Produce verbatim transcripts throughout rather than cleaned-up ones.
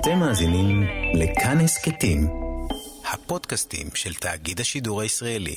אתם מאזינים לכאן הסכתים, הפודקאסטים של תאגיד השידור הישראלי.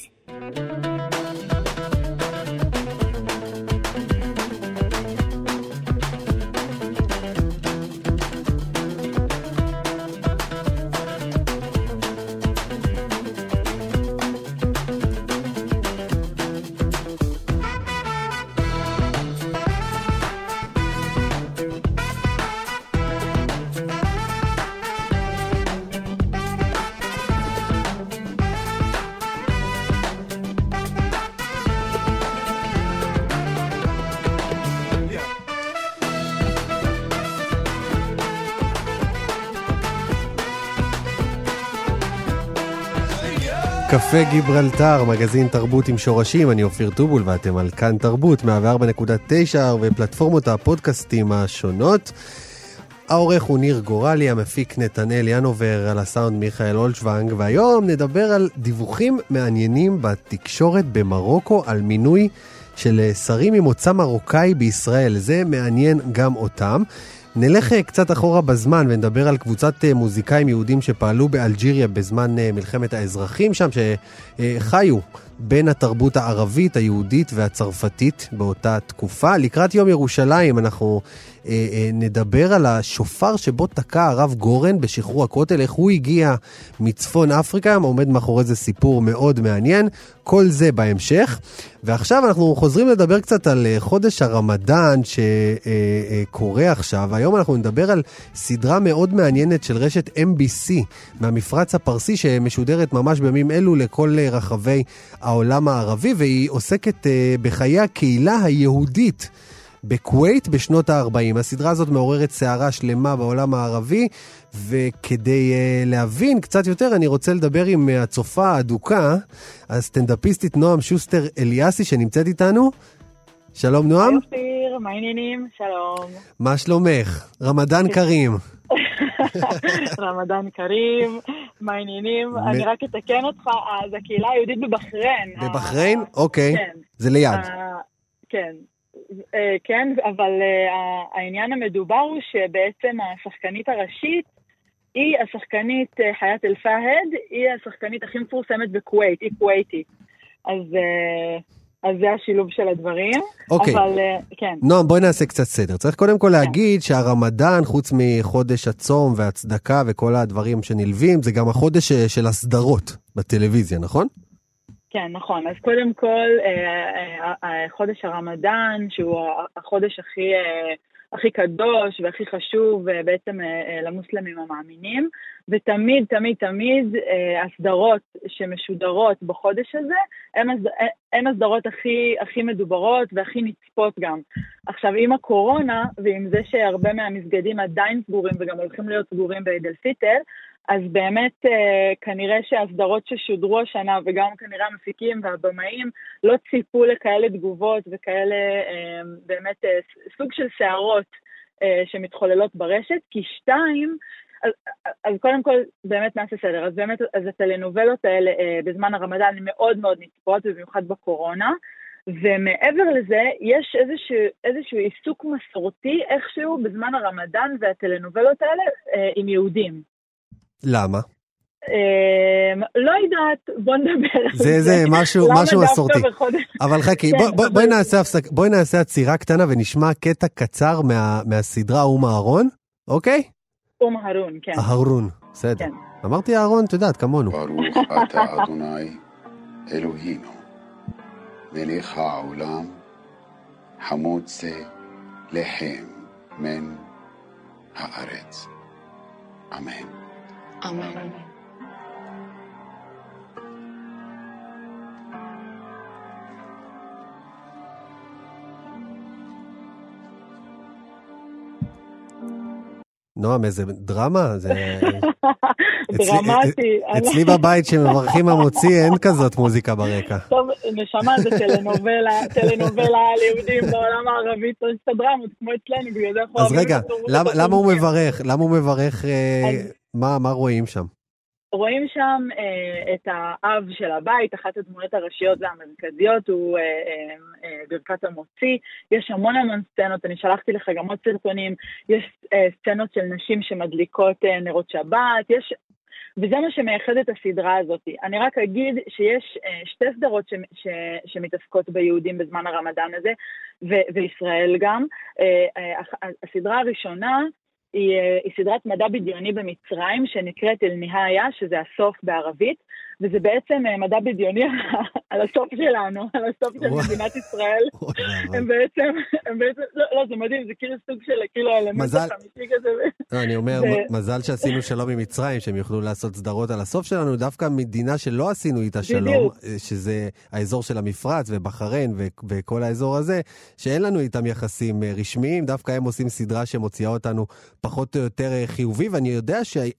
קפה גיברלטר, מגזין תרבות עם שורשים, אני אופיר טובול ואתם על כאן תרבות, מאה וארבע נקודה תשע ופלטפורמות הפודקאסטים השונות. העורך הוא ניר גורלי, המפיק נתנאל ינובר, על הסאונד מיכאל אולשוונג, והיום נדבר על דיווחים מעניינים בתקשורת במרוקו, על מינוי של שרים ממוצא מרוקאי בישראל, זה מעניין גם אותם. נלך קצת אחורה בזמן ונדבר על קבוצת מוזיקאים יהודים שפעלו באלג'יריה בזמן מלחמת האזרחים שם, שחיו בין התרבות הערבית, היהודית והצרפתית באותה תקופה. לקראת יום ירושלים אנחנו נדבר על השופר שבו תקע הרב גורן בשחרור הכותל, איך הוא הגיע מצפון אפריקה, עומד מאחורי זה סיפור מאוד מעניין, כל זה בהמשך. ועכשיו אנחנו חוזרים לדבר קצת על חודש הרמדאן שקורה עכשיו. היום אנחנו נדבר על סדרה מאוד מעניינת של רשת אם בי סי מהמפרץ הפרסי, שמשודרת ממש בימים אלו לכל רחבי העולם הערבי, והיא עוסקת בחיי הקהילה היהודית בכווית בשנות ה-ארבעים. הסדרה הזאת מעוררת סערה שלמה בעולם הערבי, וכדי uh, להבין קצת יותר אני רוצה לדבר עם uh, הצופה האדוקה, הסטנדאפיסטית נועם שוסטר אליאסי שנמצאת איתנו. שלום נועם. אופיר, מה העניינים? שלום. מה שלומך? רמדאן קרים. רמדאן קרים, מה העניינים? אני רק אתקן אותך, אז הקהילה היהודית בבחריין. בבחריין? אוקיי. זה ליד. כן. כן, אבל העניין המדובר הוא שבעצם השחקנית הראשית היא השחקנית חיית אל פהד, היא השחקנית הכי מפורסמת בכווית, היא כוויתית. אז, אז זה השילוב של הדברים. אוקיי. אבל, כן. נועם, בואי נעשה קצת סדר. צריך קודם כל להגיד שהרמדאן, חוץ מחודש הצום והצדקה וכל הדברים שנלווים, זה גם החודש של הסדרות בטלוויזיה, נכון? כן, נכון. אז קודם כל, חודש הרמדאן, שהוא החודש הכי, הכי קדוש והכי חשוב בעצם למוסלמים המאמינים, ותמיד, תמיד, תמיד הסדרות שמשודרות בחודש הזה, הן הסדרות הכי, הכי מדוברות והכי נצפות גם. עכשיו, עם הקורונה, ועם זה שהרבה מהמסגדים עדיין סגורים וגם הולכים להיות סגורים בעיד אל פיטר, אז באמת כנראה שהסדרות ששודרו השנה וגם כנראה המפיקים והבמאים לא ציפו לכאלה תגובות וכאלה באמת סוג של סערות שמתחוללות ברשת, כי שתיים, אז, אז קודם כל באמת נעשה סדר, אז באמת אז הטלנובלות האלה בזמן הרמדאן מאוד מאוד נצפות, במיוחד בקורונה, ומעבר לזה יש איזשהו, איזשהו עיסוק מסורתי איכשהו בזמן הרמדאן והטלנובלות האלה עם יהודים. למה? לא יודעת, בוא נדבר. זה זה משהו משהו מסורתי. אבל חכי, בואי נעשה הפסק, בואי נעשה עצירה קטנה ונשמע קטע קצר מהסדרה אום אהרון, אוקיי? אום אהרון, כן. אהרון, בסדר. אמרתי אהרון, את יודעת, כמונו. ברוך אתה אדוני אלוהינו, מלך העולם, המוצא לחם מן הארץ. אמן. אמן. נועם, איזה דרמה, זה דרמטי. אצלי בבית שמברכים המוציא אין כזאת מוזיקה ברקע. טוב, נשמע, זה טלנובלה, טלנובלה על יהודים בעולם הערבי, צריך את הדרמות, כמו אצלנו, בגלל זה אנחנו... אז רגע, למה הוא מברך? למה הוא מברך? מה רואים שם? רואים שם אה, את האב של הבית, אחת הדמויות הראשיות והמרכזיות, הוא אה, אה, אה, ברכת המוציא, יש המון המון סצנות, אני שלחתי לך גם עוד סרטונים, יש אה, סצנות של נשים שמדליקות אה, נרות שבת, יש... וזה מה שמייחד את הסדרה הזאת. אני רק אגיד שיש אה, שתי סדרות ש, ש, שמתעסקות ביהודים בזמן הרמדאן הזה, ו, וישראל גם. אה, אה, הסדרה הראשונה היא, אה, היא סדרת מדע בדיוני במצרים, שנקראת אל ניהיה, שזה הסוף בערבית, וזה בעצם אה, מדע בדיוני על הסוף שלנו, על הסוף של מדינת ישראל. הם בעצם, הם בעצם, לא, לא, זה מדהים, זה כאילו סוג של, כאילו האלמנט החמישי כזה. אני אומר, מזל שעשינו שלום עם מצרים, שהם יוכלו לעשות סדרות על הסוף שלנו, דווקא מדינה שלא עשינו איתה שלום, שזה האזור של המפרץ ובחריין וכל האזור הזה, שאין לנו איתם יחסים רשמיים, דווקא הם עושים סדרה שמוציאה אותנו פחות או יותר חיובי, ואני יודע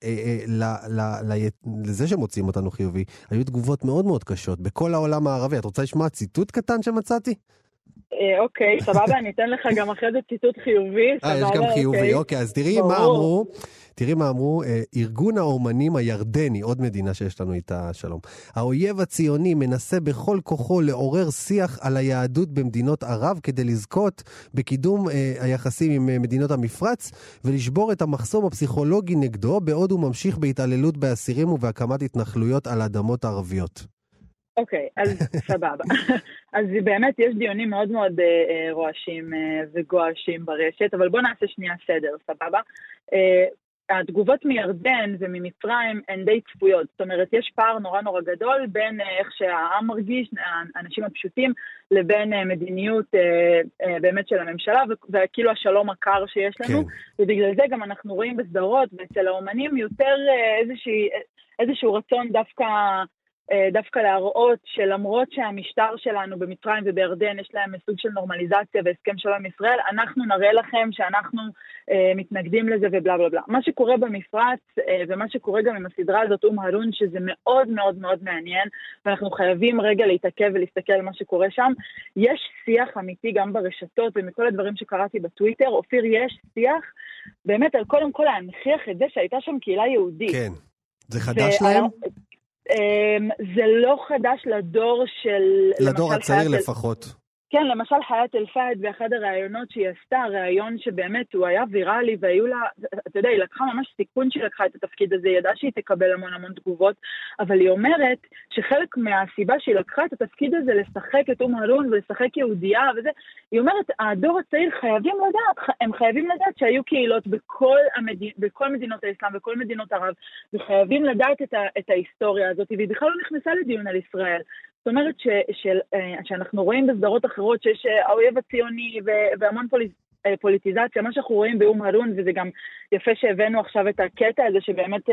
שלזה שמוציאים אותנו חיובי, היו תגובות מאוד מאוד קשות בכל העולם הערבי. את רוצה לשמוע ציטוט קטן שמצאתי? אוקיי, סבבה, אני אתן לך גם אחרי זה ציטוט חיובי. אה, יש גם חיובי, אוקיי, אז תראי מה אמרו, תראי מה אמרו, ארגון האומנים הירדני, עוד מדינה שיש לנו איתה שלום. האויב הציוני מנסה בכל כוחו לעורר שיח על היהדות במדינות ערב, כדי לזכות בקידום היחסים עם מדינות המפרץ, ולשבור את המחסום הפסיכולוגי נגדו, בעוד הוא ממשיך בהתעללות באסירים ובהקמת התנחלויות על אדמות ערביות. אוקיי, אז סבבה. אז באמת יש דיונים מאוד מאוד uh, רועשים uh, וגועשים ברשת, אבל בוא נעשה שנייה סדר, סבבה? Uh, התגובות מירדן וממצרים הן די צפויות, זאת אומרת, יש פער נורא נורא גדול בין uh, איך שהעם מרגיש, האנשים הפשוטים, לבין uh, מדיניות uh, uh, באמת של הממשלה, וכאילו השלום הקר שיש לנו, כן. ובגלל זה גם אנחנו רואים בסדרות, ואצל האומנים יותר uh, איזושהי, איזשהו רצון דווקא... דווקא להראות שלמרות שהמשטר שלנו במצרים ובירדן יש להם סוג של נורמליזציה והסכם שלום עם ישראל, אנחנו נראה לכם שאנחנו אה, מתנגדים לזה ובלה בלה בלה. מה שקורה במפרץ אה, ומה שקורה גם עם הסדרה הזאת אום הרון, שזה מאוד מאוד מאוד מעניין, ואנחנו חייבים רגע להתעכב ולהסתכל על מה שקורה שם. יש שיח אמיתי גם ברשתות, ומכל הדברים שקראתי בטוויטר, אופיר, יש שיח באמת על קודם כל להנכיח את זה שהייתה שם קהילה יהודית. כן, זה חדש להם? זה לא חדש לדור של... לדור הצעיר לפחות. כן, למשל חיית אל-פאד באחד הראיונות שהיא עשתה, ראיון שבאמת הוא היה ויראלי, והיו לה, אתה יודע, היא לקחה ממש סיכון שהיא לקחה את התפקיד הזה, היא ידעה שהיא תקבל המון המון תגובות, אבל היא אומרת שחלק מהסיבה שהיא לקחה את התפקיד הזה לשחק את אום הרון ולשחק יהודייה וזה, היא אומרת, הדור הצעיר חייבים לדעת, הם חייבים לדעת שהיו קהילות בכל, המדינות, בכל מדינות האסלאם, בכל מדינות ערב, וחייבים לדעת את, ה, את ההיסטוריה הזאת, והיא בכלל לא נכנסה לדיון על ישראל. זאת אומרת ש, של, שאנחנו רואים בסדרות אחרות שיש האויב הציוני והמון פוליט, פוליטיזציה, מה שאנחנו רואים באום הרון, וזה גם יפה שהבאנו עכשיו את הקטע הזה שבאמת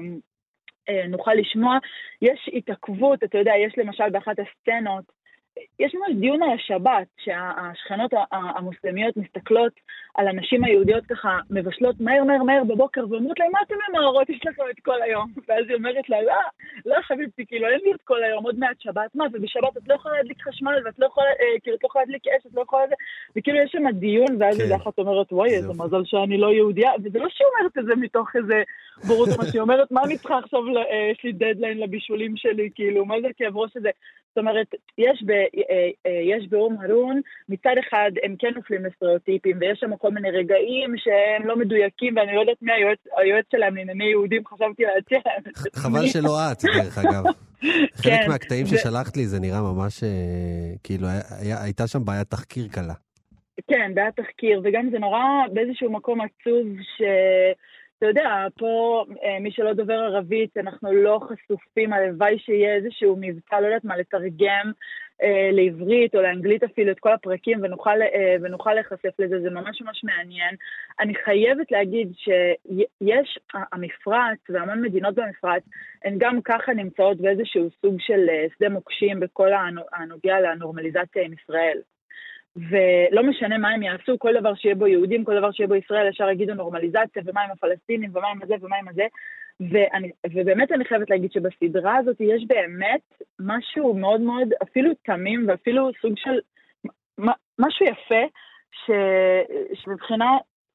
נוכל לשמוע, יש התעכבות, אתה יודע, יש למשל באחת הסצנות, יש ממש דיון על השבת, שהשכנות המוסלמיות מסתכלות על הנשים היהודיות ככה, מבשלות מהר מהר מהר בבוקר, ואומרות להם, מה אתם ממהרות? יש לכם את כל היום. ואז היא אומרת לה, לא, לא חביבתי, כאילו, אין לי את כל היום, עוד מעט שבת, מה? ובשבת את לא יכולה להדליק חשמל, ואת לא יכולה, כאילו, את לא יכולה להדליק אש, את לא יכולה... וכאילו, יש שם דיון, ואז היא אחת אומרת, וואי, איזה מזל שאני לא יהודיה, וזה לא שהיא אומרת את זה מתוך איזה בורות, מה שהיא אומרת, מה אני צריכה עכשיו, יש לי דדליין לבישולים שלי, כאילו, מה זה כאב ראש הזה? זאת אומרת, יש ב, יש באום הרון, מצד אחד הם כן נופלים לסטריאוטיפים, ויש שם כל מיני רגעים שהם לא מדויקים, ואני לא יודעת מי היועץ, היועץ שלהם לענייני יהודים, חשבתי להציע להם. חבל שלא את, דרך אגב. חלק מהקטעים ששלחת לי, זה נראה ממש, כאילו, הייתה שם בעיית תחקיר קלה. כן, בעיית תחקיר, וגם זה נורא באיזשהו מקום עצוב ש... אתה יודע, פה מי שלא דובר ערבית, אנחנו לא חשופים, הלוואי שיהיה איזשהו מבצע, לא יודעת מה, לתרגם אה, לעברית או לאנגלית אפילו את כל הפרקים ונוכל, אה, ונוכל לחשף לזה, זה ממש ממש מעניין. אני חייבת להגיד שיש, המפרץ והמון מדינות במפרץ, הן גם ככה נמצאות באיזשהו סוג של שדה מוקשים בכל הנוגע לנורמליזציה עם ישראל. ולא משנה מה הם יעשו, כל דבר שיהיה בו יהודים, כל דבר שיהיה בו ישראל, ישר יגידו נורמליזציה, ומה עם הפלסטינים, ומה עם הזה, ומה עם הזה, ואני, ובאמת אני חייבת להגיד שבסדרה הזאת יש באמת משהו מאוד מאוד, אפילו תמים, ואפילו סוג של, משהו יפה, ש, שמבחינה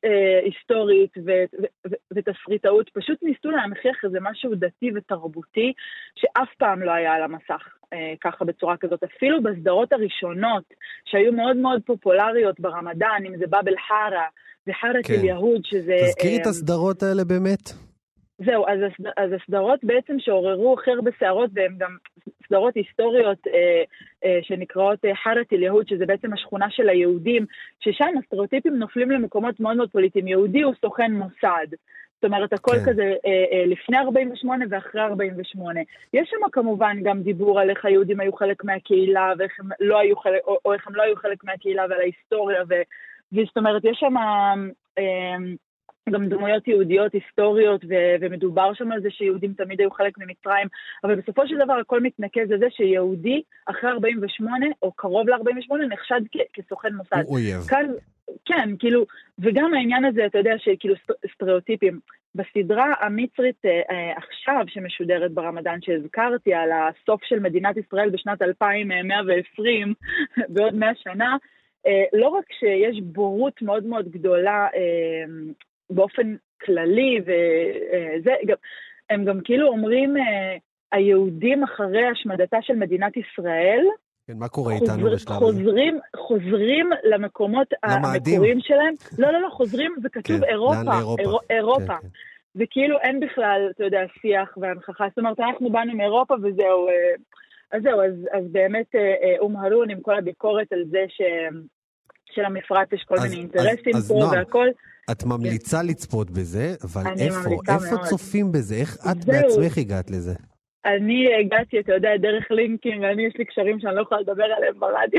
אה, היסטורית ו- ו- ו- ותסריטאות, פשוט ניסו להנכיח איזה משהו דתי ותרבותי שאף פעם לא היה על המסך אה, ככה בצורה כזאת. אפילו בסדרות הראשונות שהיו מאוד מאוד פופולריות ברמדאן, אם זה באבל חרה וחרת אל יהוד, שזה... תזכירי את הסדרות האלה באמת. זהו, אז, אז הסדרות בעצם שעוררו הכי הרבה שערות, והן גם סדרות היסטוריות אה, אה, שנקראות אה, חרת אל יהוד, שזה בעצם השכונה של היהודים, ששם הסטריאוטיפים נופלים למקומות מאוד מאוד פוליטיים. יהודי הוא סוכן מוסד. זאת אומרת, הכל כן. כזה אה, אה, לפני ארבעים ושמונה ואחרי ארבעים ושמונה. יש שם כמובן גם דיבור על איך היהודים היו חלק מהקהילה, ואיך הם לא היו חלק, או, או איך הם לא היו חלק מהקהילה, ועל ההיסטוריה, ו, וזאת אומרת, יש שם... אה, גם דמויות יהודיות, היסטוריות, ו- ומדובר שם על זה שיהודים תמיד היו חלק ממצרים, אבל בסופו של דבר הכל מתנקז לזה שיהודי אחרי ארבעים ושמונה, או קרוב ל-ארבעים ושמונה, נחשד כ- כסוכן מוסד. הוא אויב. כאן, כן, כאילו, וגם העניין הזה, אתה יודע, שכאילו סטריאוטיפים, בסדרה המצרית אה, עכשיו שמשודרת ברמדאן שהזכרתי, על הסוף של מדינת ישראל בשנת אלפיים מאה ועשרים, בעוד מאה שנה, אה, לא רק שיש בורות מאוד מאוד גדולה, אה, באופן כללי, וזה, הם גם כאילו אומרים, היהודים אחרי השמדתה של מדינת ישראל, כן, מה קורה איתנו בשלב הזה? חוזרים, חוזרים למקומות המקוריים שלהם, לא, לא, לא, חוזרים, זה כתוב אירופה, אירופה, וכאילו אין בכלל, אתה יודע, שיח והנכחה, זאת אומרת, אנחנו באנו מאירופה וזהו, אז זהו, אז באמת אום הרון עם כל הביקורת על זה של המפרט יש כל מיני אינטרסים פה והכל, את ממליצה לצפות בזה, אבל איפה? איפה צופים בזה? איך את בעצמך הגעת לזה? אני הגעתי, אתה יודע, דרך לינקים, ואני יש לי קשרים שאני לא יכולה לדבר עליהם ברדיו.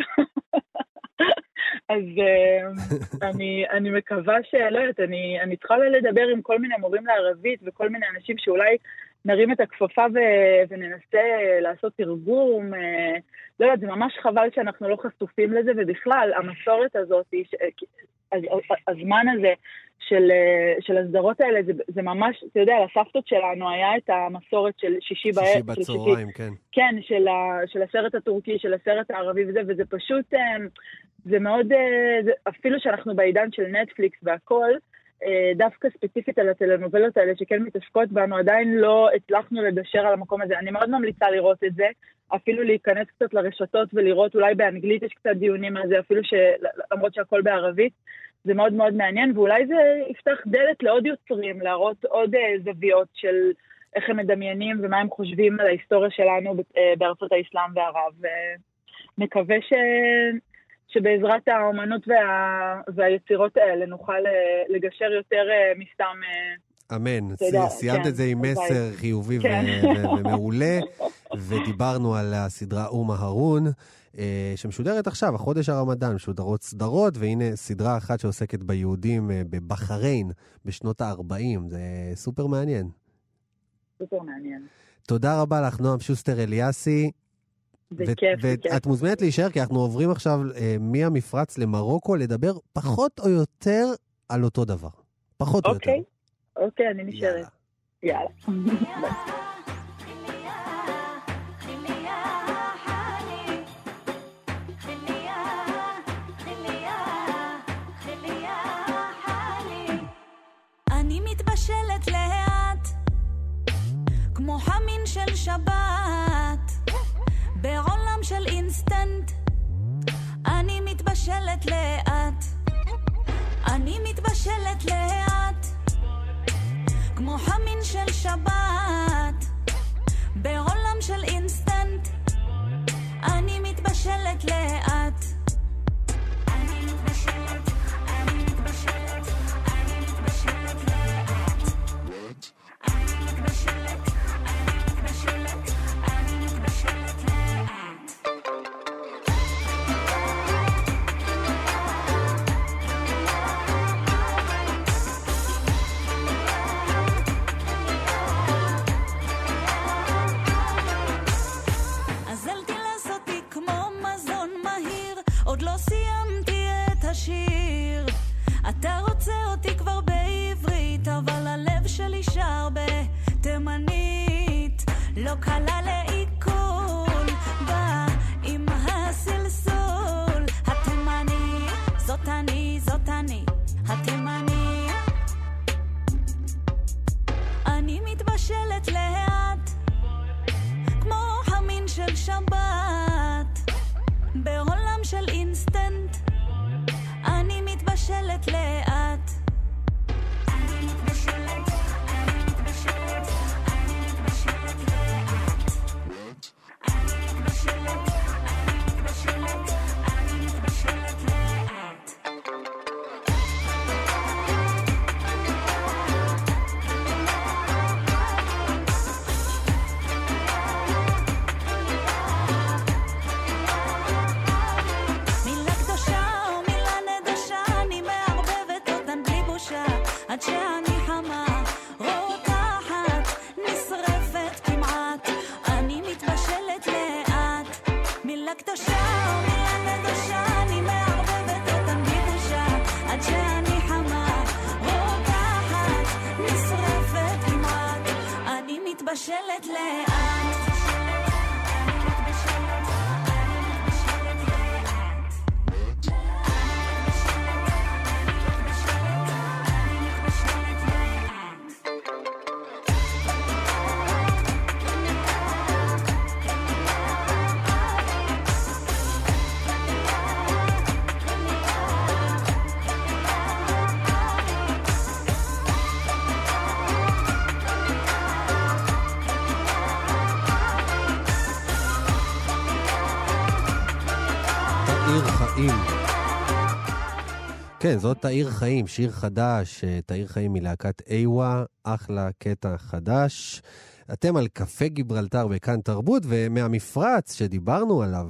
אז אני מקווה שלא יודעת, אני צריכה לדבר עם כל מיני מורים לערבית, וכל מיני אנשים שאולי נרים את הכפפה וננסה לעשות תרגום. לא יודעת, זה ממש חבל שאנחנו לא חשופים לזה, ובכלל, המסורת הזאת, הזמן הזה של, של הסדרות האלה, זה, זה ממש, אתה יודע, לסבתות שלנו היה את המסורת של שישי בערב. שישי בצהריים, כן. כן, של, ה, של הסרט הטורקי, של הסרט הערבי וזה, וזה פשוט, זה מאוד, זה, אפילו שאנחנו בעידן של נטפליקס והכל, דווקא ספציפית על הטלנובלות האלה שכן מתעסקות בנו, עדיין לא הצלחנו לגשר על המקום הזה. אני מאוד ממליצה לראות את זה, אפילו להיכנס קצת לרשתות ולראות, אולי באנגלית יש קצת דיונים על זה, אפילו שלמרות שהכל בערבית, זה מאוד מאוד מעניין, ואולי זה יפתח דלת לעוד יוצרים, להראות עוד זוויות של איך הם מדמיינים ומה הם חושבים על ההיסטוריה שלנו בארצות האסלאם והערב. ונקווה ש... שבעזרת האומנות וה... והיצירות האלה נוכל לגשר יותר מסתם... אמן. סיימת את זה עם מסר חיובי ומעולה, ודיברנו על הסדרה אום הרון, שמשודרת עכשיו, החודש הרמדאן, משודרות סדרות, והנה סדרה אחת שעוסקת ביהודים בבחריין בשנות ה-ארבעים. זה סופר מעניין. סופר מעניין. תודה רבה לך, נועם שוסטר אליאסי. זה כיף, זה כיף. ואת מוזמנת להישאר, כי אנחנו עוברים עכשיו מהמפרץ למרוקו, לדבר פחות או יותר על אותו דבר. פחות או יותר. אוקיי, אוקיי, אני נשארת. יאללה. אני מתבשלת לאט, כמו חמין של שבת, בעולם של אינסטנט. אני מתבשלת לאט, אני מתבשלת לאט, כמו חמין של שבת, בעולם של אינסטנט. אני מתבשלת לאט, אני מתבשלת, אני מתבשלת, אני מתבשלת לאט, אני מתבשלת, אני מתבשלת, אני מתבשלת לאט. אז אל תלס אותי כמו מזון מהיר, עוד לא סיימתי את השיר. אתה רוצה אותי כבר בעברית, אבל הלב שלי שר בתימנית. לא קלה לעיכול, בא עם הסלסול. התימני, זאת אני, זאת אני, התימני. של שבת, בעולם של אינסטנט, אני מתבשלת לאט. אני מתבשלת, אני מתבשלת, אני מתבשלת לאט. אני מתבשלת, אני מתבשלת, אני מתבשלת לאט. מילה קדושה או מילה נדושה, אני מערבבת אותן בלי בושה, עד שאני חמה, רותחת, נשרפת כמעט, אני מתבשלת לאט. מילה קדושה או מילה נדושה, אני מערבבת אותן בלי בושה, עד שאני חמה, רותחת, נשרפת כמעט, אני מתבשלת לאט. תאיר חיים. כן, זאת תאיר חיים, שיר חדש, תאיר חיים מלהקת איווה, אחלה קטע חדש. אתם על קפה גיברלטר בכאן תרבות, ומהמפרץ שדיברנו עליו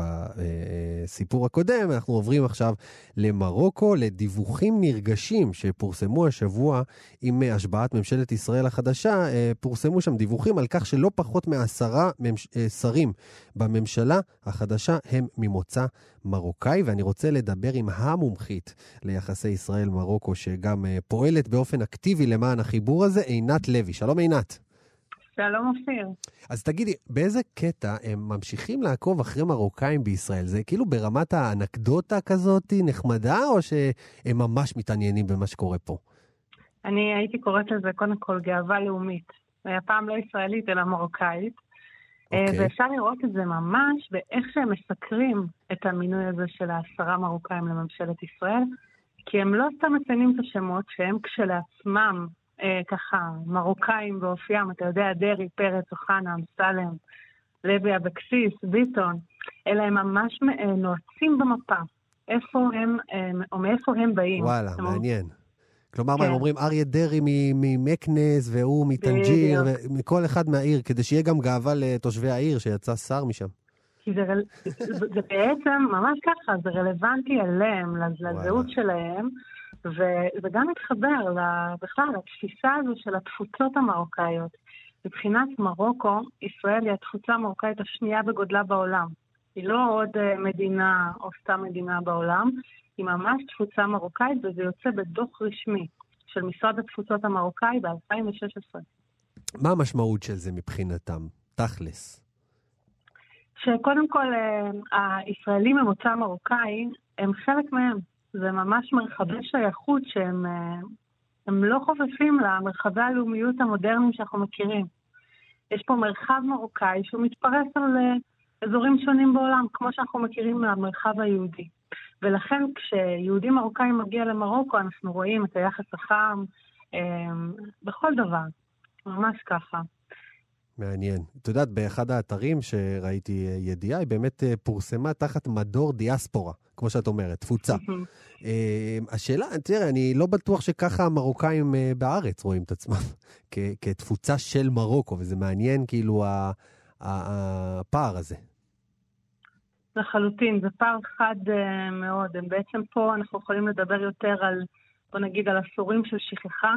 בסיפור הקודם, אנחנו עוברים עכשיו למרוקו, לדיווחים נרגשים שפורסמו השבוע עם השבעת ממשלת ישראל החדשה. פורסמו שם דיווחים על כך שלא פחות מעשרה שרים בממשלה החדשה הם ממוצא מרוקאי, ואני רוצה לדבר עם המומחית ליחסי ישראל-מרוקו, שגם פועלת באופן אקטיבי למען החיבור הזה, עינת לוי. שלום עינת. שלום אופיר. אז תגידי, באיזה קטע הם ממשיכים לעקוב אחרי מרוקאים בישראל? זה כאילו ברמת האנקדוטה כזאת נחמדה, או שהם ממש מתעניינים במה שקורה פה? אני הייתי קוראת לזה קודם כל גאווה לאומית. הפעם לא ישראלית אלא מרוקאית. Okay. ואפשר לראות את זה ממש באיך שהם מסקרים את המינוי הזה של העשרה מרוקאים לממשלת ישראל, כי הם לא סתם מציינים את השמות שהם כשלעצמם אה, ככה מרוקאים באופיים, אתה יודע, דרי, פרץ, אוחנה, אמסלם, לוי אבקסיס, ביטון, אלא הם ממש נועצים במפה, איפה הם, או מאיפה הם באים. וואלה, מעניין. כלומר, כן. הם אומרים אריה דרי ממקנס, והוא מטנג'יר, ומכל אחד מהעיר, כדי שיהיה גם גאווה לתושבי העיר, שיצא שר משם. כי זה, רל... זה בעצם ממש ככה, זה רלוונטי עליהם, לזהות שלהם, וזה גם מתחבר בכלל, התפיסה הזו של התפוצות המרוקאיות. מבחינת מרוקו, ישראל היא התפוצה המרוקאית השנייה בגודלה בעולם. היא לא עוד מדינה או סתם מדינה בעולם, היא ממש תפוצה מרוקאית, וזה יוצא בדוח רשמי של משרד התפוצות המרוקאי ב-אלפיים ושש עשרה. מה המשמעות של זה מבחינתם? תכלס. שקודם כל, הישראלים ממוצא מרוקאי, הם חלק מהם. זה ממש מרחבי שייכות שהם הם לא חופפים למרחבי הלאומיות המודרניים שאנחנו מכירים. יש פה מרחב מרוקאי שהוא מתפרס על אזורים שונים בעולם, כמו שאנחנו מכירים מהמרחב היהודי. ולכן כשיהודי מרוקאי מגיע למרוקו, אנחנו רואים את היחס החם בכל דבר. ממש ככה. מעניין. את יודעת, באחד האתרים שראיתי ידיעה, היא באמת פורסמה תחת מדור דיאספורה, כמו שאת אומרת, תפוצה. השאלה, תראה, אני לא בטוח שככה המרוקאים בארץ רואים את עצמם, כתפוצה של מרוקו, וזה מעניין כאילו הפער הזה. לחלוטין, זה פער חד מאוד. בעצם פה אנחנו יכולים לדבר יותר על, בוא נגיד, על עשורים של שכחה,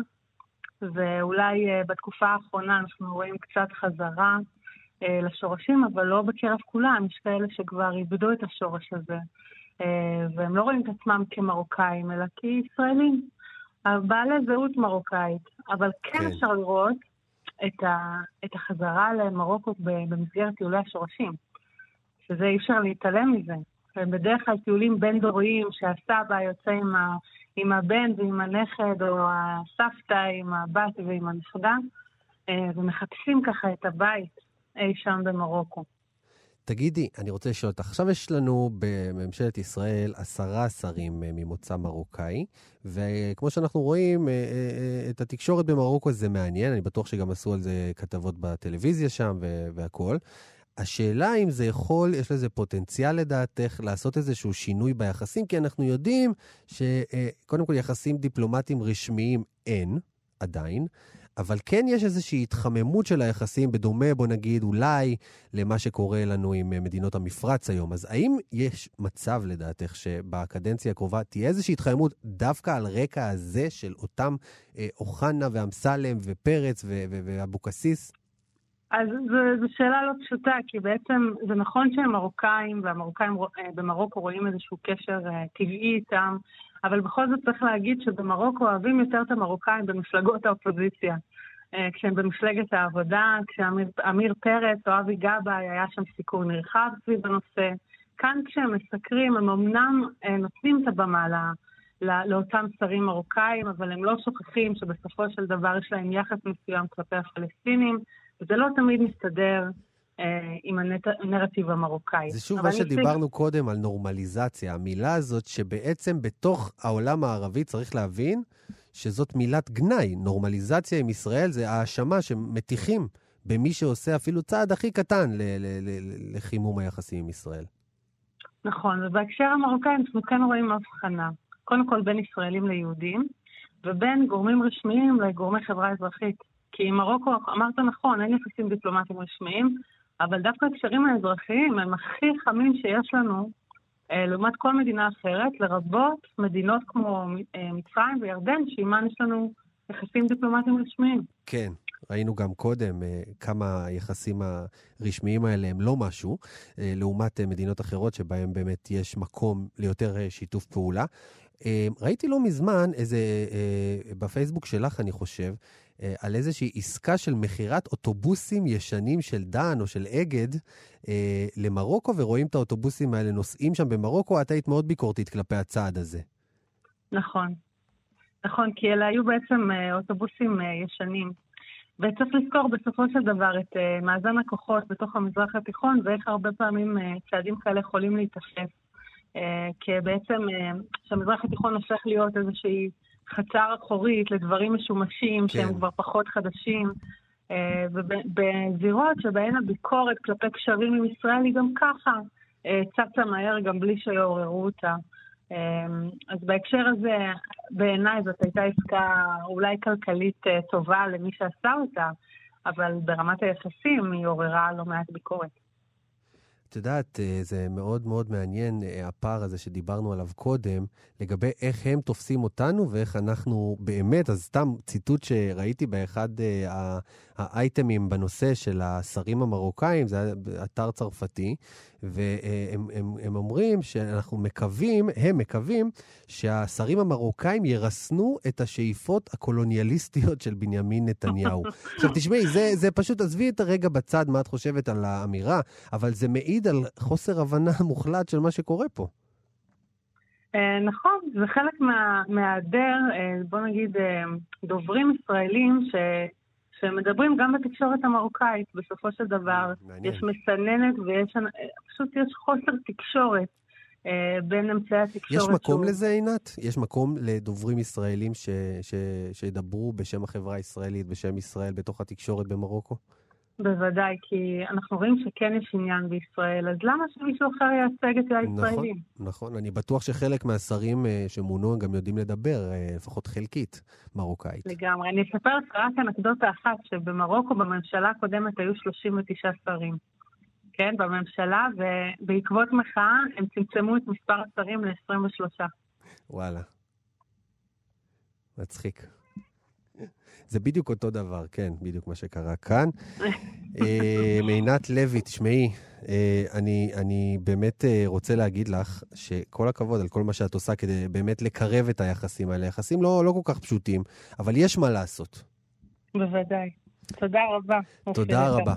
ואולי בתקופה האחרונה אנחנו רואים קצת חזרה לשורשים, אבל לא בקרב כולם. יש כאלה שכבר איבדו את השורש הזה, והם לא רואים את עצמם כמרוקאים, אלא כישראלים, בעלי זהות מרוקאית. אבל כן, כן. אפשר לראות את, ה, את החזרה למרוקו במסגרת טיולי השורשים, שזה אי אפשר להתעלם מזה. בדרך כלל טיולים בין דוריים שהסבא יוצא עם, ה, עם הבן ועם הנכד, או הסבתא עם הבת ועם הנכדה, ומחפשים ככה את הבית אי שם במרוקו. תגידי, אני רוצה לשאול אותך, עכשיו יש לנו בממשלת ישראל עשרה שרים ממוצא מרוקאי, וכמו שאנחנו רואים, את התקשורת במרוקו זה מעניין, אני בטוח שגם עשו על זה כתבות בטלוויזיה שם והכל. השאלה אם זה יכול, יש לזה פוטנציאל לדעתך לעשות איזשהו שינוי ביחסים, כי אנחנו יודעים שקודם כל יחסים דיפלומטיים רשמיים אין עדיין, אבל כן יש איזושהי התחממות של היחסים, בדומה, בוא נגיד, אולי למה שקורה לנו עם מדינות המפרץ היום. אז האם יש מצב לדעתך שבקדנציה הקרובה תהיה איזושהי התחממות דווקא על רקע הזה של אותם אה, אוחנה ואמסלם ופרץ ואבוקסיס? אז זו שאלה לא פשוטה, כי בעצם זה נכון שהמרוקאים והמרוקאים במרוקו רואים איזשהו קשר טבעי איתם, אבל בכל זאת צריך להגיד שבמרוקו אוהבים יותר את המרוקאים במפלגות האופוזיציה. כשהם במפלגת העבודה, כשאמיר פרץ או אבי גבאי היה שם סיקור נרחב סביב הנושא. כאן כשהם מסקרים, הם אמנם נותנים את הבמה לא, לאותם שרים מרוקאים, אבל הם לא שוכחים שבסופו של דבר יש להם יחס מסוים כלפי הפלסטינים, וזה לא תמיד מסתדר אה, עם הנרטיב המרוקאי. זה שוב מה שדיברנו סיג... קודם על נורמליזציה, המילה הזאת שבעצם בתוך העולם הערבי צריך להבין שזאת מילת גנאי. נורמליזציה עם ישראל זה האשמה שמתיחים במי שעושה אפילו צעד הכי קטן ל- ל- ל- לחימום היחסים עם ישראל. נכון, ובהקשר המרוקאי אנחנו כן רואים הבחנה. קודם כל בין ישראלים ליהודים, ובין גורמים רשמיים לגורמי חברה אזרחית. כי מרוקו, אמרת נכון, אין יחסים דיפלומטיים רשמיים, אבל דווקא הקשרים האזרחיים הם הכי חמים שיש לנו, אה, לעומת כל מדינה אחרת, לרבות מדינות כמו אה, מצרים וירדן, שעימן יש לנו יחסים דיפלומטיים רשמיים. כן, ראינו גם קודם אה, כמה היחסים הרשמיים האלה הם לא משהו, אה, לעומת אה, מדינות אחרות שבהם באמת יש מקום ליותר אה, שיתוף פעולה. אה, ראיתי לא מזמן איזה, אה, בפייסבוק שלך אני חושב, על איזושהי עסקה של מחירת אוטובוסים ישנים של דן או של אגד אה, למרוקו, ורואים את האוטובוסים האלה נוסעים שם במרוקו. את היית מאוד ביקורתית כלפי הצעד הזה. נכון. נכון, כי אלה היו בעצם אה, אוטובוסים אה, ישנים. וצריך לזכור בסופו של דבר את אה, מאזן הכוחות בתוך המזרח התיכון, ואיך הרבה פעמים אה, צעדים כאלה יכולים להתאפס. אה, כי בעצם אה, שהמזרח התיכון הופך להיות איזושהי חצר אחורית לדברים משומשים, כן. שהם כבר פחות חדשים, ובזירות שבהן הביקורת כלפי קשרים עם ישראל היא גם ככה צצה מהר, גם בלי שיעוררו אותה. אז בהקשר הזה, בעיניי זאת הייתה עסקה אולי כלכלית טובה למי שעשה אותה, אבל ברמת היחסים היא עוררה לא מעט ביקורת. את יודעת, זה מאוד מאוד מעניין, הפער הזה שדיברנו עליו קודם, לגבי איך הם תופסים אותנו ואיך אנחנו באמת, אז סתם ציטוט שראיתי באחד האייטמים בנושא של השרים המרוקאים, זה אתר צרפתי, והם הם, הם אומרים שאנחנו מקווים, הם מקווים, שהשרים המרוקאים ירסנו את השאיפות הקולוניאליסטיות של בנימין נתניהו. עכשיו תשמעי, זה, זה פשוט, עזבי את הרגע בצד מה את חושבת על האמירה, אבל זה מעיד על חוסר הבנה מוחלט של מה שקורה פה. נכון, זה חלק מה, מהיעדר, בוא נגיד, דוברים ישראלים ש... שמדברים גם בתקשורת המרוקאית, בסופו של דבר. מעניין. יש מסננת ויש פשוט יש חוסר תקשורת אה, בין אמצעי התקשורת. יש מקום שהוא... לזה, עינת? יש מקום לדוברים ישראלים ש... ש... שידברו בשם החברה הישראלית, בשם ישראל, בתוך התקשורת במרוקו? בוודאי, כי אנחנו רואים שכן יש עניין בישראל, אז למה שמישהו אחר יעסק את הישראלים? נכון, נכון. אני בטוח שחלק מהשרים שמונו גם יודעים לדבר, לפחות חלקית, מרוקאית. לגמרי. אני אספר לך רק אנקדוטה אחת, שבמרוקו בממשלה הקודמת היו שלושים ותשעה שרים. כן, בממשלה, ובעקבות מחאה הם צמצמו את מספר השרים ל-עשרים ושלושה. וואלה. מצחיק. זה בדיוק אותו דבר, כן, בדיוק מה שקרה כאן. עינת לוי, תשמעי, אני, אני באמת רוצה להגיד לך שכל הכבוד על כל מה שאת עושה כדי באמת לקרב את היחסים האלה. יחסים לא, לא כל כך פשוטים, אבל יש מה לעשות. בוודאי. תודה רבה. תודה רבה.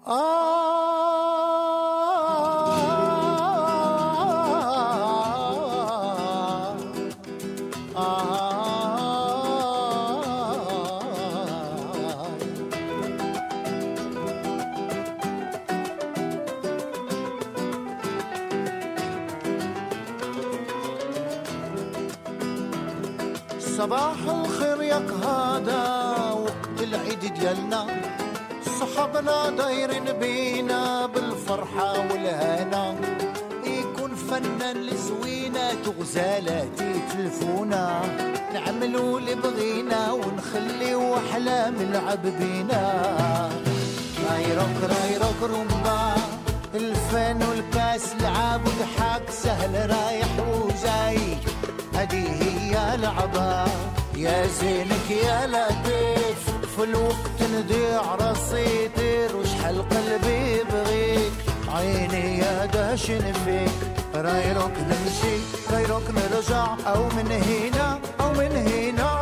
صباح الخير ياك هذا وقت العيد ديالنا صحابنا دايرين بينا بالفرحة والهنا يكون فنان لزوينات وغزالات يتلفونا نعملوا اللي بغينا ونخليو أحلام نلعب بينا رايروك رايروك رمبا الفن والكاس لعب وضحك سهل رايح وجاي هدي هي لعبة يا زينك يا لطيف في الوقت نضيع راسي يطير وشحال قلبي بغيك عيني يا دهشن فيك رايروك نمشي رايروك نرجع أو من هنا أو من هنا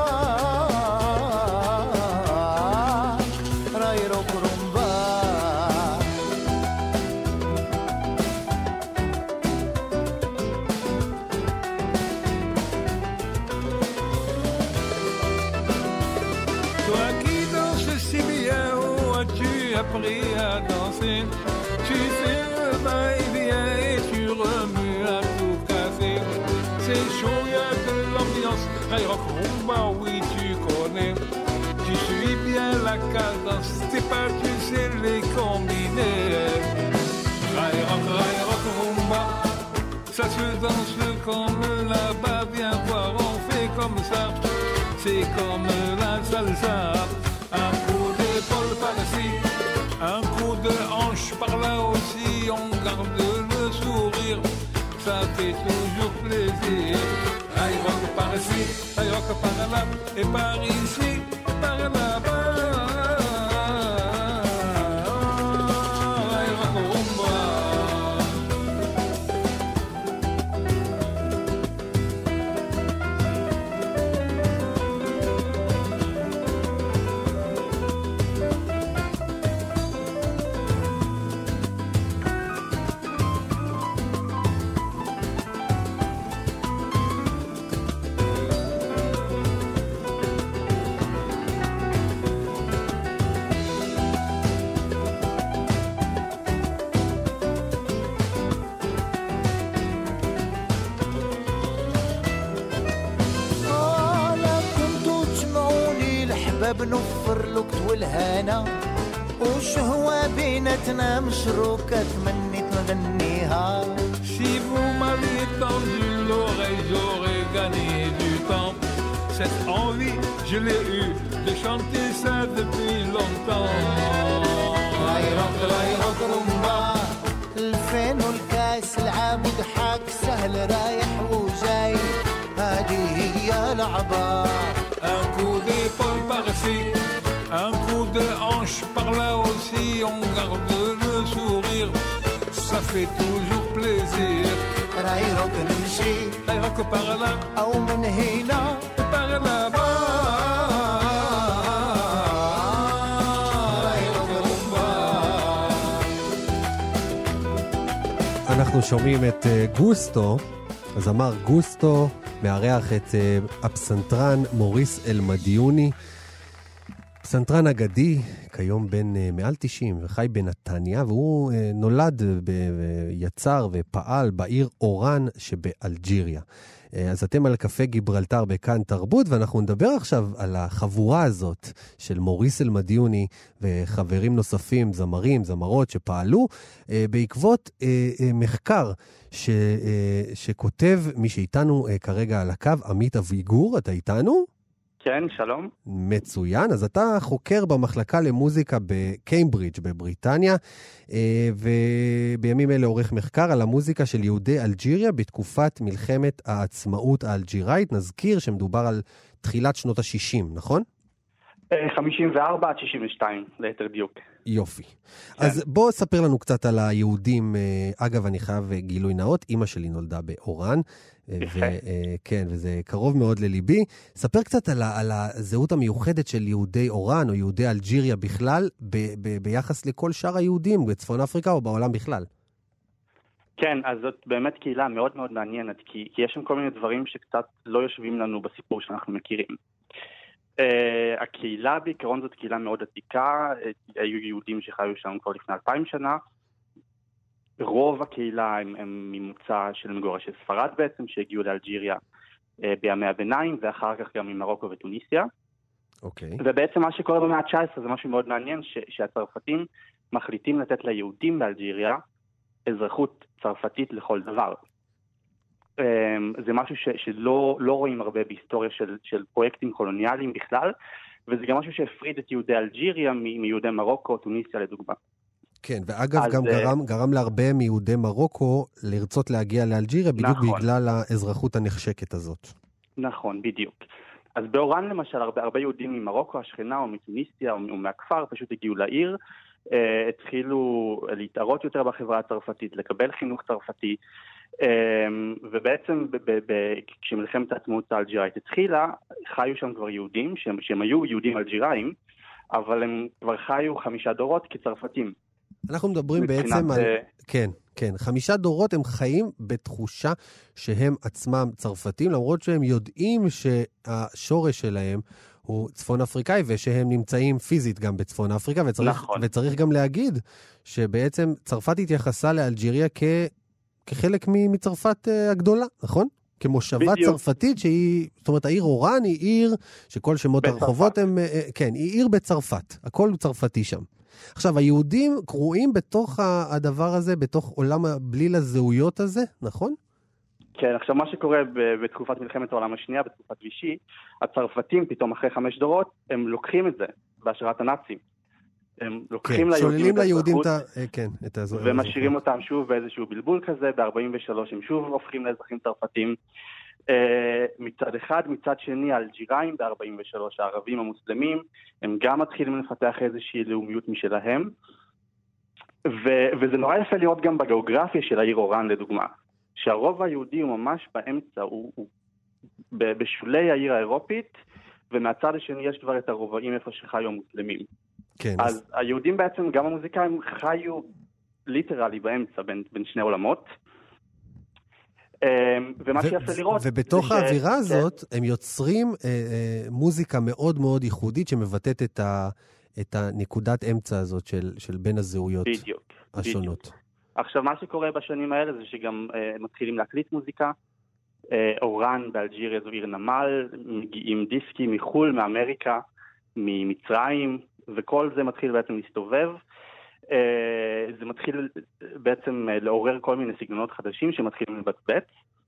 رايروك رمبا appris à danser, tu fais le va-et-vient et tu remues à tout casser. C'est chaud, y a de l'ambiance, rock rumba, oui tu connais. Tu suis bien la cadence, t'es pas tu sais les combiner. Rock, rock rumba, ça se danse comme là-bas, viens voir, on fait comme ça. C'est comme la salsa, un coup d'épaule par-ci. Un coup de hanche par là aussi, on garde le sourire, ça fait toujours plaisir. Aïe rock par ici, aïe rock par là, et par ici, et par là-bas. Aïe rock rumba. بنوفر لك والهنا وشهوة بيناتنا مشروكة تمنيت نغنيها. Si vous m'aviez tendu l'oreille, j'aurais gagné du temps. Cette envie, je l'ai eue de chanter ça depuis longtemps. رايروك رايروك رمبا الفن والكاس العاب وضحك سهل رايح وجاي هذه هي لعبة. Un coup d'épaule par-ci, un coup de hanche par-là aussi, on garde le sourire, ça fait toujours plaisir. رايروك نمشي رايروك par-là, أو من هنا par là-bas. رايروك rumba. אנחנו שומעים את גוסטו, הזמר גוסטו, מארח את הפסנתרן מוריס אלמדיוני, פסנתרן אגדי, כיום בן מעל תשעים וחי בנתניה, והוא נולד, יצר ופעל בעיר אורן שבאלג'יריה. אז אתם על קפה גיברלטר בכאן תרבות, ואנחנו נדבר עכשיו על החבורה הזאת של מוריס אלמדיוני וחברים נוספים, זמרים, זמרות שפעלו בעקבות מחקר ש, שכותב מי שאיתנו כרגע על הקו, עמית אביגור. אתה איתנו? כן, שלום. מצוין. אז אתה חוקר במחלקה למוזיקה בקיימברידג' בבריטניה, ובימים אלה עורך מחקר על המוזיקה של יהודי אלג'יריה בתקופת מלחמת העצמאות האלג'יראית. נזכיר שמדובר על תחילת שנות ה-שישים, נכון? חמישים וארבע עד שישים ושתיים, ליתר דיוק. יופי. אז בוא ספר לנו קצת על היהודים. אגב, אני חייב גילוי נאות, אמא שלי נולדה באורן, וכן, וזה קרוב מאוד לליבי. ספר קצת על, על הזהות המיוחדת של יהודי אורן, או יהודי אלג'יריה בכלל, ב- ב- ביחס לכל שאר היהודים, בצפון אפריקה או בעולם בכלל. כן, אז זאת באמת קהילה מאוד מאוד מעניינת, כי, כי יש שם כל מיני דברים שקצת לא יושבים לנו בסיפור שאנחנו מכירים. Uh, הקהילה בעיקרון זאת קהילה מאוד עתיקה, היו יהודים שחיו שם כבר לפני אלפיים שנה. רוב הקהילה הם, הם ממוצא של מגורשי ספרד בעצם, שהגיעו לאלג'יריה uh, בימי הביניים, ואחר כך גם ממרוקו וטוניסיה. אוקיי. Okay. ובעצם מה שקורה במאה ה-תשע עשרה זה משהו מאוד מעניין, ש- שהצרפתים מחליטים לתת ליהודים באלג'יריה אזרחות צרפתית לכל דבר. זה משהו ש, שלא לא רואים הרבה בהיסטוריה של, של פרויקטים קולוניאליים בכלל, וזה גם משהו שהפריד את יהודי אלג'יריה מ- מיהודי מרוקו, טוניסיה לדוגמה. כן, ואגב אז, גם גרם, גרם להרבה מיהודי מרוקו לרצות להגיע לאלג'יריה, בדיוק נכון. בגלל האזרחות הנחשקת הזאת. נכון, בדיוק. אז באורן למשל, הרבה, הרבה יהודים ממרוקו, השכנה או מטוניסיה או מהכפר פשוט הגיעו לעיר, Uh, התחילו להתערות יותר בחברה הצרפתית, לקבל חינוך צרפתי, um, ובעצם ב- ב- ב- כשמלחמת העצמאות האלג'יראית התחילה, חיו שם כבר יהודים, שהם, שהם היו יהודים אלג'יראים, אבל הם כבר חיו חמישה דורות כצרפתים. אנחנו מדברים בעצם על... כן, כן. חמישה דורות הם חיים בתחושה שהם עצמם צרפתים, למרות שהם יודעים שהשורש שלהם הוא צפון אפריקאי, ושהם נמצאים פיזית גם בצפון אפריקה, וצריך, נכון. וצריך גם להגיד שבעצם צרפת התייחסה לאלג'יריה כ, כחלק מצרפת הגדולה, נכון? כמושבה בדיוק. צרפתית שהיא, זאת אומרת, העיר אורן היא עיר שכל שמות בצרפת. הרחובות הם, כן, היא עיר בצרפת, הכל צרפתי שם. עכשיו, היהודים קרואים בתוך הדבר הזה, בתוך עולם הבליל הזהויות הזה, נכון? כן, עכשיו מה שקורה בתקופת מלחמת העולם השנייה, בתקופת וישי, הצרפתים פתאום אחרי חמש דורות, הם לוקחים את זה בהשראת הנאצים. הם לוקחים כן, ליהודים את ליהודים האזרחות, את כן, את האזרחות, ומשאירים אותם שוב באיזשהו בלבול כזה, ב-ארבעים ושלוש הם שוב הופכים לאזרחים צרפתים. מצד אחד, מצד שני, האלג'יראים ב-ארבעים ושלוש, הערבים המוסלמים, הם גם מתחילים לפתח איזושהי לאומיות משלהם, ו- וזה נורא יפה לראות גם בגיאוגרפיה של העיר אורן לדוגמה. שהרוב היהודי הוא ממש באמצע, הוא, הוא בשולי העיר האירופית, ומהצד השני יש כבר את הרובעים איפה שחיו המוסלמים. כן. אז, אז היהודים בעצם, גם המוזיקאים, חיו ליטרלי באמצע בין, בין שני עולמות. ומה ו- שיפה לראות... ובתוך האווירה ש... הזאת, הם יוצרים אה, אה, מוזיקה מאוד מאוד ייחודית, שמבטאת את, ה, את הנקודת אמצע הזאת של, של בין הזהויות בדיוק, השונות. בדיוק. עכשיו, מה שקורה בשנים האלה זה שגם uh, מתחילים להקליט מוזיקה. Uh, אורן באלג'יריה זו עיר נמל, מגיעים דיסקים מחול, מאמריקה, ממצרים, וכל זה מתחיל בעצם להסתובב. Uh, זה מתחיל בעצם uh, לעורר כל מיני סגנונות חדשים שמתחילים לבצבץ.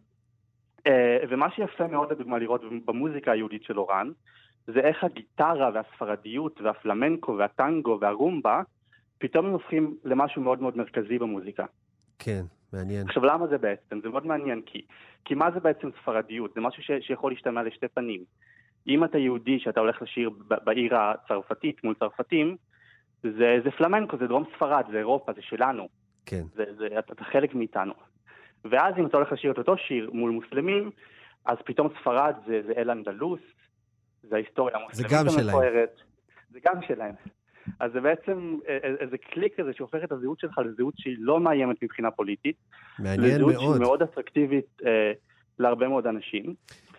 Uh, ומה שיפה מאוד לדוגמה לראות במוזיקה היהודית של אורן, זה איך הגיטרה והספרדיות והפלמנקו והטנגו והרומבה, פתאום הם הופכים למשהו מאוד מאוד מרכזי במוזיקה. כן, מעניין. עכשיו, למה זה בעצם? זה מאוד מעניין, כי, כי מה זה בעצם ספרדיות? זה משהו ש, שיכול להשתמע לשתי פנים. אם אתה יהודי שאתה הולך לשיר בעיר הצרפתית מול צרפתים, זה, זה פלמנקו, זה דרום ספרד, זה אירופה, זה שלנו. כן. זה, זה, אתה, אתה חלק מאיתנו. ואז אם אתה הולך לשיר את אותו שיר מול מוסלמים, אז פתאום ספרד זה, זה אל אנדלוס, זה ההיסטוריה המוסלמית המפוארת. זה גם שלהם. אז זה בעצם איזה קליק כזה שהופך את הזהות שלך לזהות שהיא לא מאיימת מבחינה פוליטית. מעניין מאוד. לזהות שהיא מאוד אטרקטיבית אה, להרבה מאוד אנשים.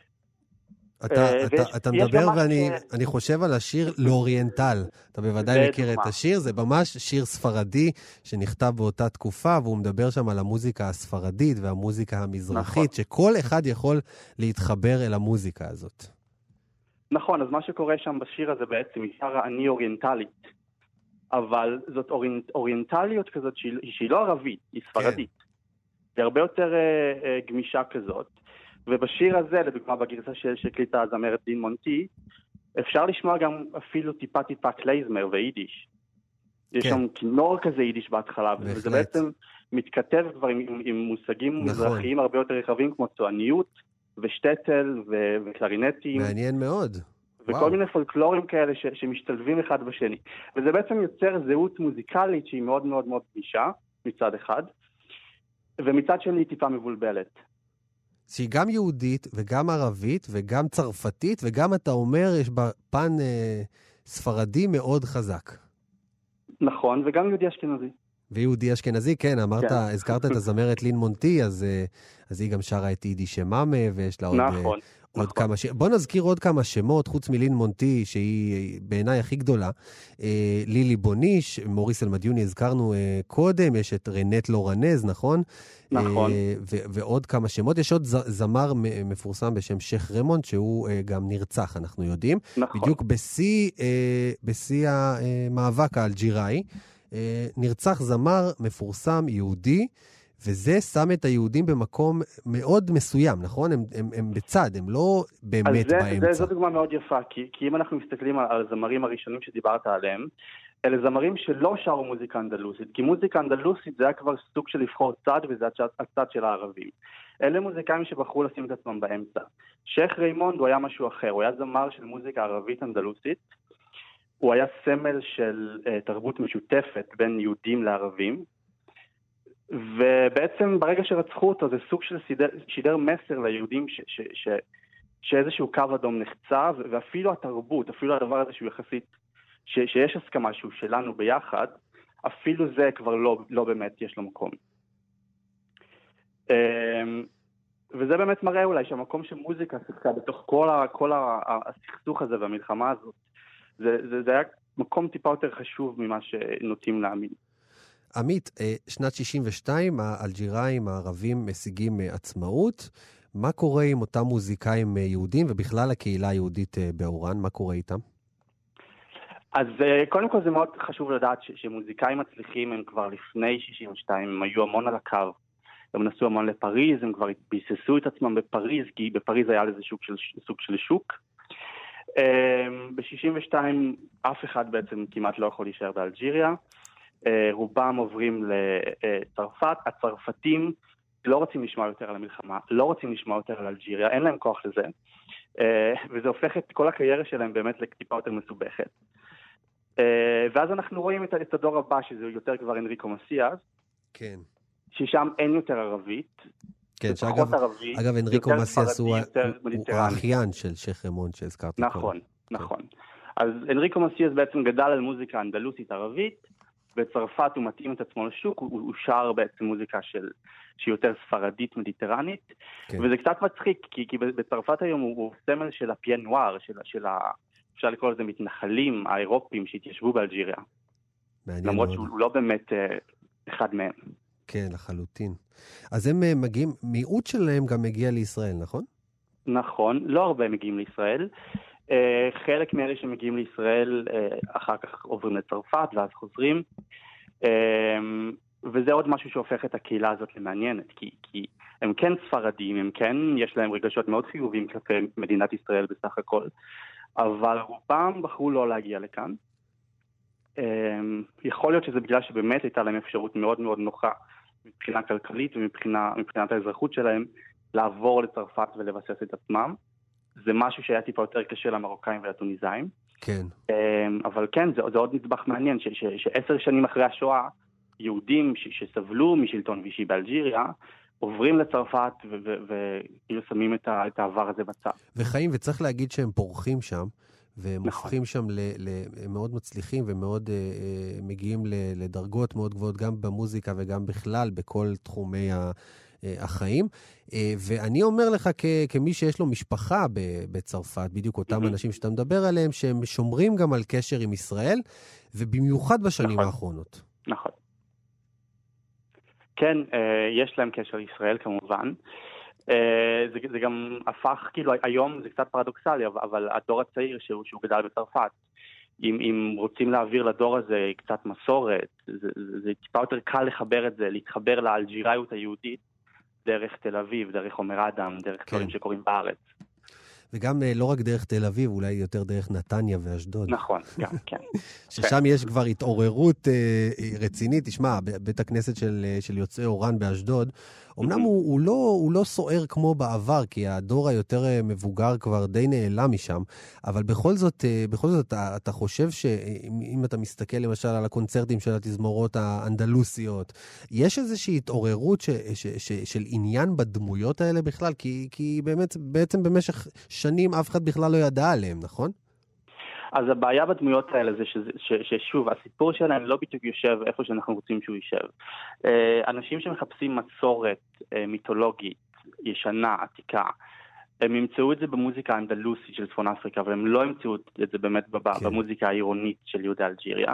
אתה, אה, אתה, ויש, אתה מדבר ואני ש... אני חושב על השיר לאוריינטל. אתה בוודאי מכיר דוגמה. את השיר, זה ממש שיר ספרדי שנכתב באותה תקופה, והוא מדבר שם על המוזיקה הספרדית והמוזיקה המזרחית, נכון. שכל אחד יכול להתחבר אל המוזיקה הזאת. נכון, אז מה שקורה שם בשיר הזה בעצם, היא שרה אני אוריינטלית, אבל זאת אוריינט, אוריינטליות כזאת שהיא, שהיא לא ערבית, היא ספרדית. כן. היא הרבה יותר אה, אה, גמישה כזאת, ובשיר הזה, לדוגמה בגרסה שהקליטה הזמרת דין מונטי, אפשר לשמוע גם אפילו טיפה טיפה קלייזמר ויידיש. כן. יש שם כינור כזה יידיש בהתחלה, בהחלט. וזה בעצם מתכתב כבר עם, עם, עם מושגים נכון. מזרחיים הרבה יותר רחבים כמו צועניות, ושטטל ו- וקלרינטים. מעניין מאוד. וכל וואו. מיני פולקלורים כאלה ש, שמשתלבים אחד בשני. וזה בעצם יוצר זהות מוזיקלית שהיא מאוד מאוד מאוד פגישה, מצד אחד, ומצד שני טיפה מבולבלת. שהיא גם יהודית וגם ערבית וגם צרפתית, וגם אתה אומר יש בה פן אה, ספרדי מאוד חזק. נכון, וגם יהודי אשכנזי. ויהודי אשכנזי, כן, אמרת, כן. הזכרת את הזמרת לין מונטי, אז, אה, אז היא גם שרה את יידיש שמאמה, ויש לה עוד, נכון, אה, עוד נכון. כמה שמות. בוא נזכיר עוד כמה שמות, חוץ מלין מונטי, שהיא בעיניי הכי גדולה. אה, לילי בוניש, מוריס אלמדיוני הזכרנו אה, קודם, יש את רנט לורנז, נכון? נכון. אה, ו- ועוד כמה שמות. יש עוד ז- זמר מ- מפורסם בשם שייח רמונד, שהוא אה, גם נרצח, אנחנו יודעים. נכון. בדיוק בשיא, אה, בשיא המאבק האלג'יראי, אה, נרצח זמר מפורסם יהודי, וזה שם את היהודים במקום מאוד מסוים, נכון? הם, הם, הם בצד, הם לא באמת זה, באמצע. זה, זו דוגמה מאוד יפה, כי, כי אם אנחנו מסתכלים על, על הזמרים הראשונים שדיברת עליהם, אלה זמרים שלא שרו מוזיקה אנדלוסית, כי מוזיקה אנדלוסית זה היה כבר סוג של לבחור צד, וזה הצד, הצד של הערבים. אלה מוזיקאים שבחרו לשים את עצמם באמצע. שייח ריימונד הוא היה משהו אחר, הוא היה זמר של מוזיקה ערבית אנדלוסית, הוא היה סמל של uh, תרבות משותפת בין יהודים לערבים, ובעצם ברגע שרצחו אותו זה סוג של שידר, שידר מסר ליהודים ש, ש, ש, שאיזשהו קו אדום נחצה, ואפילו התרבות, אפילו הדבר הזה שהוא יחסית, ש, שיש הסכמה שהוא שלנו ביחד, אפילו זה כבר לא, לא באמת יש לו מקום. וזה באמת מראה אולי שהמקום שמוזיקה שיחקה בתוך כל, ה, כל ה, הסכסוך הזה והמלחמה הזאת, זה, זה, זה היה מקום טיפה יותר חשוב ממה שנוטים להאמין. עמית, שנת שישים ושתיים, האלג'יראים הערבים משיגים עצמאות. מה קורה עם אותם מוזיקאים יהודים, ובכלל הקהילה היהודית באורן, מה קורה איתם? אז קודם כל זה מאוד חשוב לדעת ש- שמוזיקאים מצליחים הם כבר לפני שישים ושתיים, הם היו המון על הקו. הם נסעו המון לפריז, הם כבר ביססו את עצמם בפריז, כי בפריז היה לזה סוג של, סוג של שוק. ב-שישים ושתיים אף אחד בעצם כמעט לא יכול להישאר באלג'יריה. רובם עוברים לצרפת. הצרפתים לא רוצים לשמוע יותר על המלחמה, לא רוצים לשמוע יותר על אלג'יריה, אין להם כוח לזה. וזה הופך את כל הקריירה שלהם באמת לטיפה יותר מסובכת. ואז אנחנו רואים את הדור הבא, שזה יותר כבר אנריקו מסיאס. כן. ששם אין יותר ערבית. כן, שאגב, ערבית, אגב, אנריקו מסיאס הוא, הוא, הוא האחיין של שייח רמונד שהזכרת. נכון, כל. נכון. כן. אז אנריקו מסיאס בעצם גדל על מוזיקה אנדלוסית ערבית, בצרפת הוא מתאים את עצמו לשוק, הוא, הוא שר בעצם מוזיקה של, שהיא יותר ספרדית מדיטרנית, כן. וזה קצת מצחיק, כי, כי בצרפת היום הוא, הוא סמל של הפיין נואר, של, של ה... אפשר לקרוא לזה מתנחלים האירופים שהתיישבו באלג'יריה. למרות מאוד. שהוא לא באמת אה, אחד מהם. כן, לחלוטין. אז הם מגיעים, מיעוט שלהם גם מגיע לישראל, נכון? נכון, לא הרבה מגיעים לישראל. Uh, חלק מאלה שמגיעים לישראל uh, אחר כך עוברים לצרפת ואז חוזרים. Uh, וזה עוד משהו שהופך את הקהילה הזאת למעניינת, כי, כי הם כן ספרדים, הם כן, יש להם רגשות מאוד חיוביים כלפי מדינת ישראל בסך הכל, אבל רובם בחרו לא להגיע לכאן. Uh, יכול להיות שזה בגלל שבאמת הייתה להם אפשרות מאוד מאוד נוחה מבחינה כלכלית ומבחינת האזרחות שלהם, לעבור לצרפת ולבסס את עצמם. זה משהו שהיה טיפה יותר קשה למרוקאים ולטוניסאים. כן. אבל כן, זה, זה עוד נדבך מעניין, ש, ש, שעשר שנים אחרי השואה, יהודים ש, שסבלו משלטון וישי באלג'יריה, עוברים לצרפת וכאילו שמים את, ה, את העבר הזה בצד. וחיים, וצריך להגיד שהם פורחים שם, והם נכון. הופכים שם ל, ל, מאוד מצליחים ומאוד אה, אה, מגיעים ל, לדרגות מאוד גבוהות, גם במוזיקה וגם בכלל, בכל תחומי ה... החיים, ואני אומר לך כמי שיש לו משפחה בצרפת, בדיוק אותם אנשים שאתה מדבר עליהם, שהם שומרים גם על קשר עם ישראל, ובמיוחד בשנים האחרונות. נכון. כן, יש להם קשר לישראל כמובן. זה, זה גם הפך, כאילו היום זה קצת פרדוקסלי, אבל הדור הצעיר שהוא, שהוא גדל בצרפת, אם, אם רוצים להעביר לדור הזה קצת מסורת, זה, זה, זה טיפה יותר קל לחבר את זה, להתחבר לאלג'יראיות היהודית, דרך תל אביב, דרך עומר אדם, דרך דברים שקורים בארץ. וגם לא רק דרך תל אביב, אולי יותר דרך נתניה ואשדוד. נכון, גם, כן. ששם יש כבר התעוררות רצינית. תשמע, בית הכנסת של, של יוצאי אורן באשדוד, אמנם הוא, הוא, לא, הוא לא סוער כמו בעבר, כי הדור היותר מבוגר כבר די נעלם משם, אבל בכל זאת, בכל זאת אתה, אתה חושב שאם אתה מסתכל למשל על הקונצרטים של התזמורות האנדלוסיות, יש איזושהי התעוררות ש, ש, ש, של עניין בדמויות האלה בכלל? כי, כי באמת, בעצם במשך שנים אף אחד בכלל לא ידע עליהם, נכון? אז הבעיה בדמויות האלה זה שזה, ש, ששוב, הסיפור שלהם לא בדיוק יושב איפה שאנחנו רוצים שהוא יישב. אנשים שמחפשים מסורת מיתולוגית, ישנה, עתיקה, הם ימצאו את זה במוזיקה האנדלוסית של צפון אפריקה, אבל הם לא ימצאו את זה באמת כן. במוזיקה העירונית של יהודי אלג'יריה.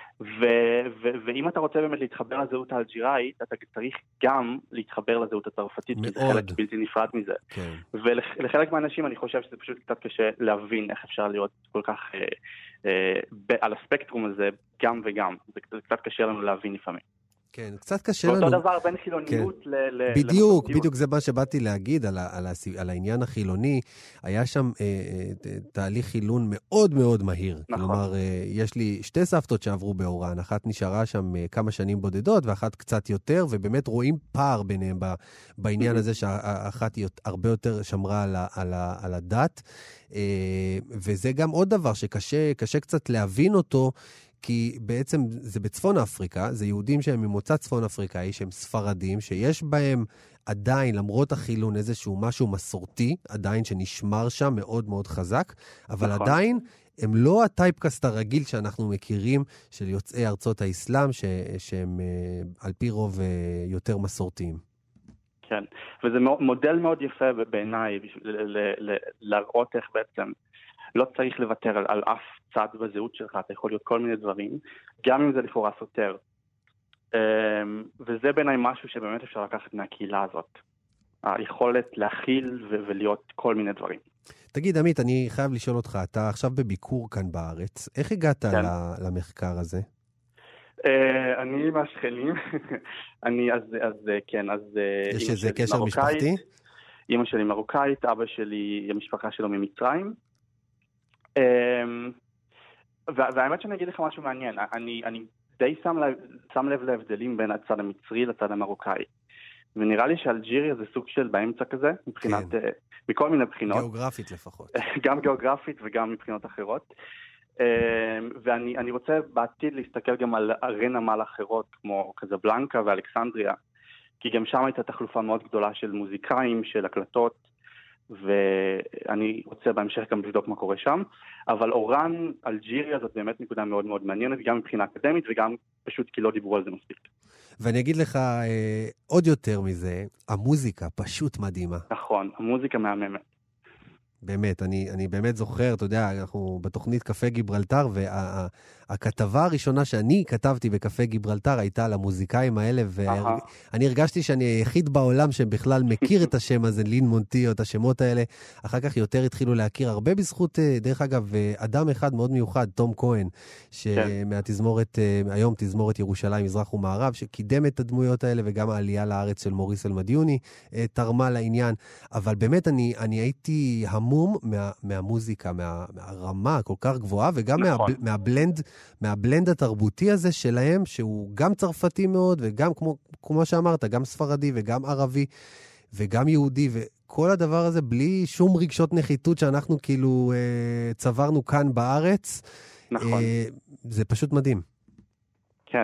ו- ו- ואם אתה רוצה באמת להתחבר לזהות האלג'יראית, אתה צריך גם להתחבר לזהות הצרפתית, כי זה חלק בלתי נפרד מזה. כן. ולחלק מהאנשים אני חושב שזה פשוט קצת קשה להבין איך אפשר להיות כל כך אה, אה, ב- על הספקטרום הזה גם וגם. זה קצת קשה לנו להבין לפעמים. כן, קצת קשה לנו. אותו דבר בין חילוניות כן. ל... ל... בדיוק, בדיוק זה מה שבאתי להגיד על, ה- על, ה- על העניין החילוני. היה שם אה, אה, תהליך חילון מאוד מאוד מהיר. נכון. כלומר, אה, יש לי שתי סבתות שעברו באורן, אחת נשארה שם אה, כמה שנים בודדות, ואחת קצת יותר, ובאמת רואים פער ביניהם ב, בעניין הזה, שאחת הרבה יותר שמרה על, ה- על, ה- על הדת. אה, וזה גם עוד דבר שקשה קשה קצת להבין אותו, כי בעצם זה בצפון אפריקה, זה יהודים שהם ממוצא צפון אפריקאי, שהם ספרדים, שיש בהם עדיין, למרות החילון, איזשהו משהו מסורתי, עדיין שנשמר שם מאוד מאוד חזק, אבל נכון. עדיין הם לא הטייפקאסט הרגיל שאנחנו מכירים, של יוצאי ארצות האסלאם, ש- שהם על פי רוב יותר מסורתיים. כן, וזה מודל מאוד יפה בעיניי, ל- ל- ל- להראות איך בעצם, לא צריך לוותר על, על אף צד בזהות שלך, אתה יכול להיות כל מיני דברים, גם אם זה לכאורה סותר. וזה בעיניי משהו שבאמת אפשר לקחת מהקהילה הזאת. היכולת להכיל ו- ולהיות כל מיני דברים. תגיד, עמית, אני חייב לשאול אותך, אתה עכשיו בביקור כאן בארץ, איך הגעת כן. למחקר הזה? אני מהשכנים, אני אז, אז כן, אז... יש איזה קשר משפחתי? אמא שלי מרוקאית, אבא שלי, המשפחה שלו ממצרים. והאמת שאני אגיד לך משהו מעניין, אני, אני די שם לב, שם לב להבדלים בין הצד המצרי לצד המרוקאי. ונראה לי שאלג'יריה זה סוג של באמצע כזה, מבחינת, כן. מכל מיני בחינות. גיאוגרפית לפחות. גם גיאוגרפית וגם מבחינות אחרות. ואני אני רוצה בעתיד להסתכל גם על ערי נמל אחרות, כמו קזבלנקה ואלכסנדריה, כי גם שם הייתה תחלופה מאוד גדולה של מוזיקאים, של הקלטות, ואני רוצה בהמשך גם לבדוק מה קורה שם. אבל אורן, אלג'יריה זאת באמת נקודה מאוד מאוד מעניינת, גם מבחינה אקדמית וגם פשוט כי לא דיברו על זה מספיק. ואני אגיד לך אה, עוד יותר מזה, המוזיקה פשוט מדהימה. נכון, המוזיקה מהממת. באמת, אני, אני באמת זוכר, אתה יודע, אנחנו בתוכנית קפה גיברלטר, והכתבה הראשונה שאני כתבתי בקפה גיברלטר הייתה על המוזיקאים האלה, ואני הרגשתי שאני היחיד בעולם שבכלל מכיר את השם הזה, לין מונטי, או את השמות האלה. אחר כך יותר התחילו להכיר הרבה בזכות, דרך אגב, אדם אחד מאוד מיוחד, תום כהן, שמהתזמורת, היום תזמורת ירושלים, מזרח ומערב, שקידם את הדמויות האלה, וגם העלייה לארץ של מוריס אלמדיוני, תרמה לעניין. אבל באמת אני, אני הייתי המון מה, מהמוזיקה, מה, מהרמה כל כך גבוהה, וגם נכון. מה, מהבלנד, מהבלנד התרבותי הזה שלהם, שהוא גם צרפתי מאוד, וגם, כמו, כמו שאמרת, גם ספרדי וגם ערבי, וגם יהודי, וכל הדבר הזה בלי שום רגשות נחיתות שאנחנו כאילו אה, צברנו כאן בארץ. נכון. אה, זה פשוט מדהים. כן.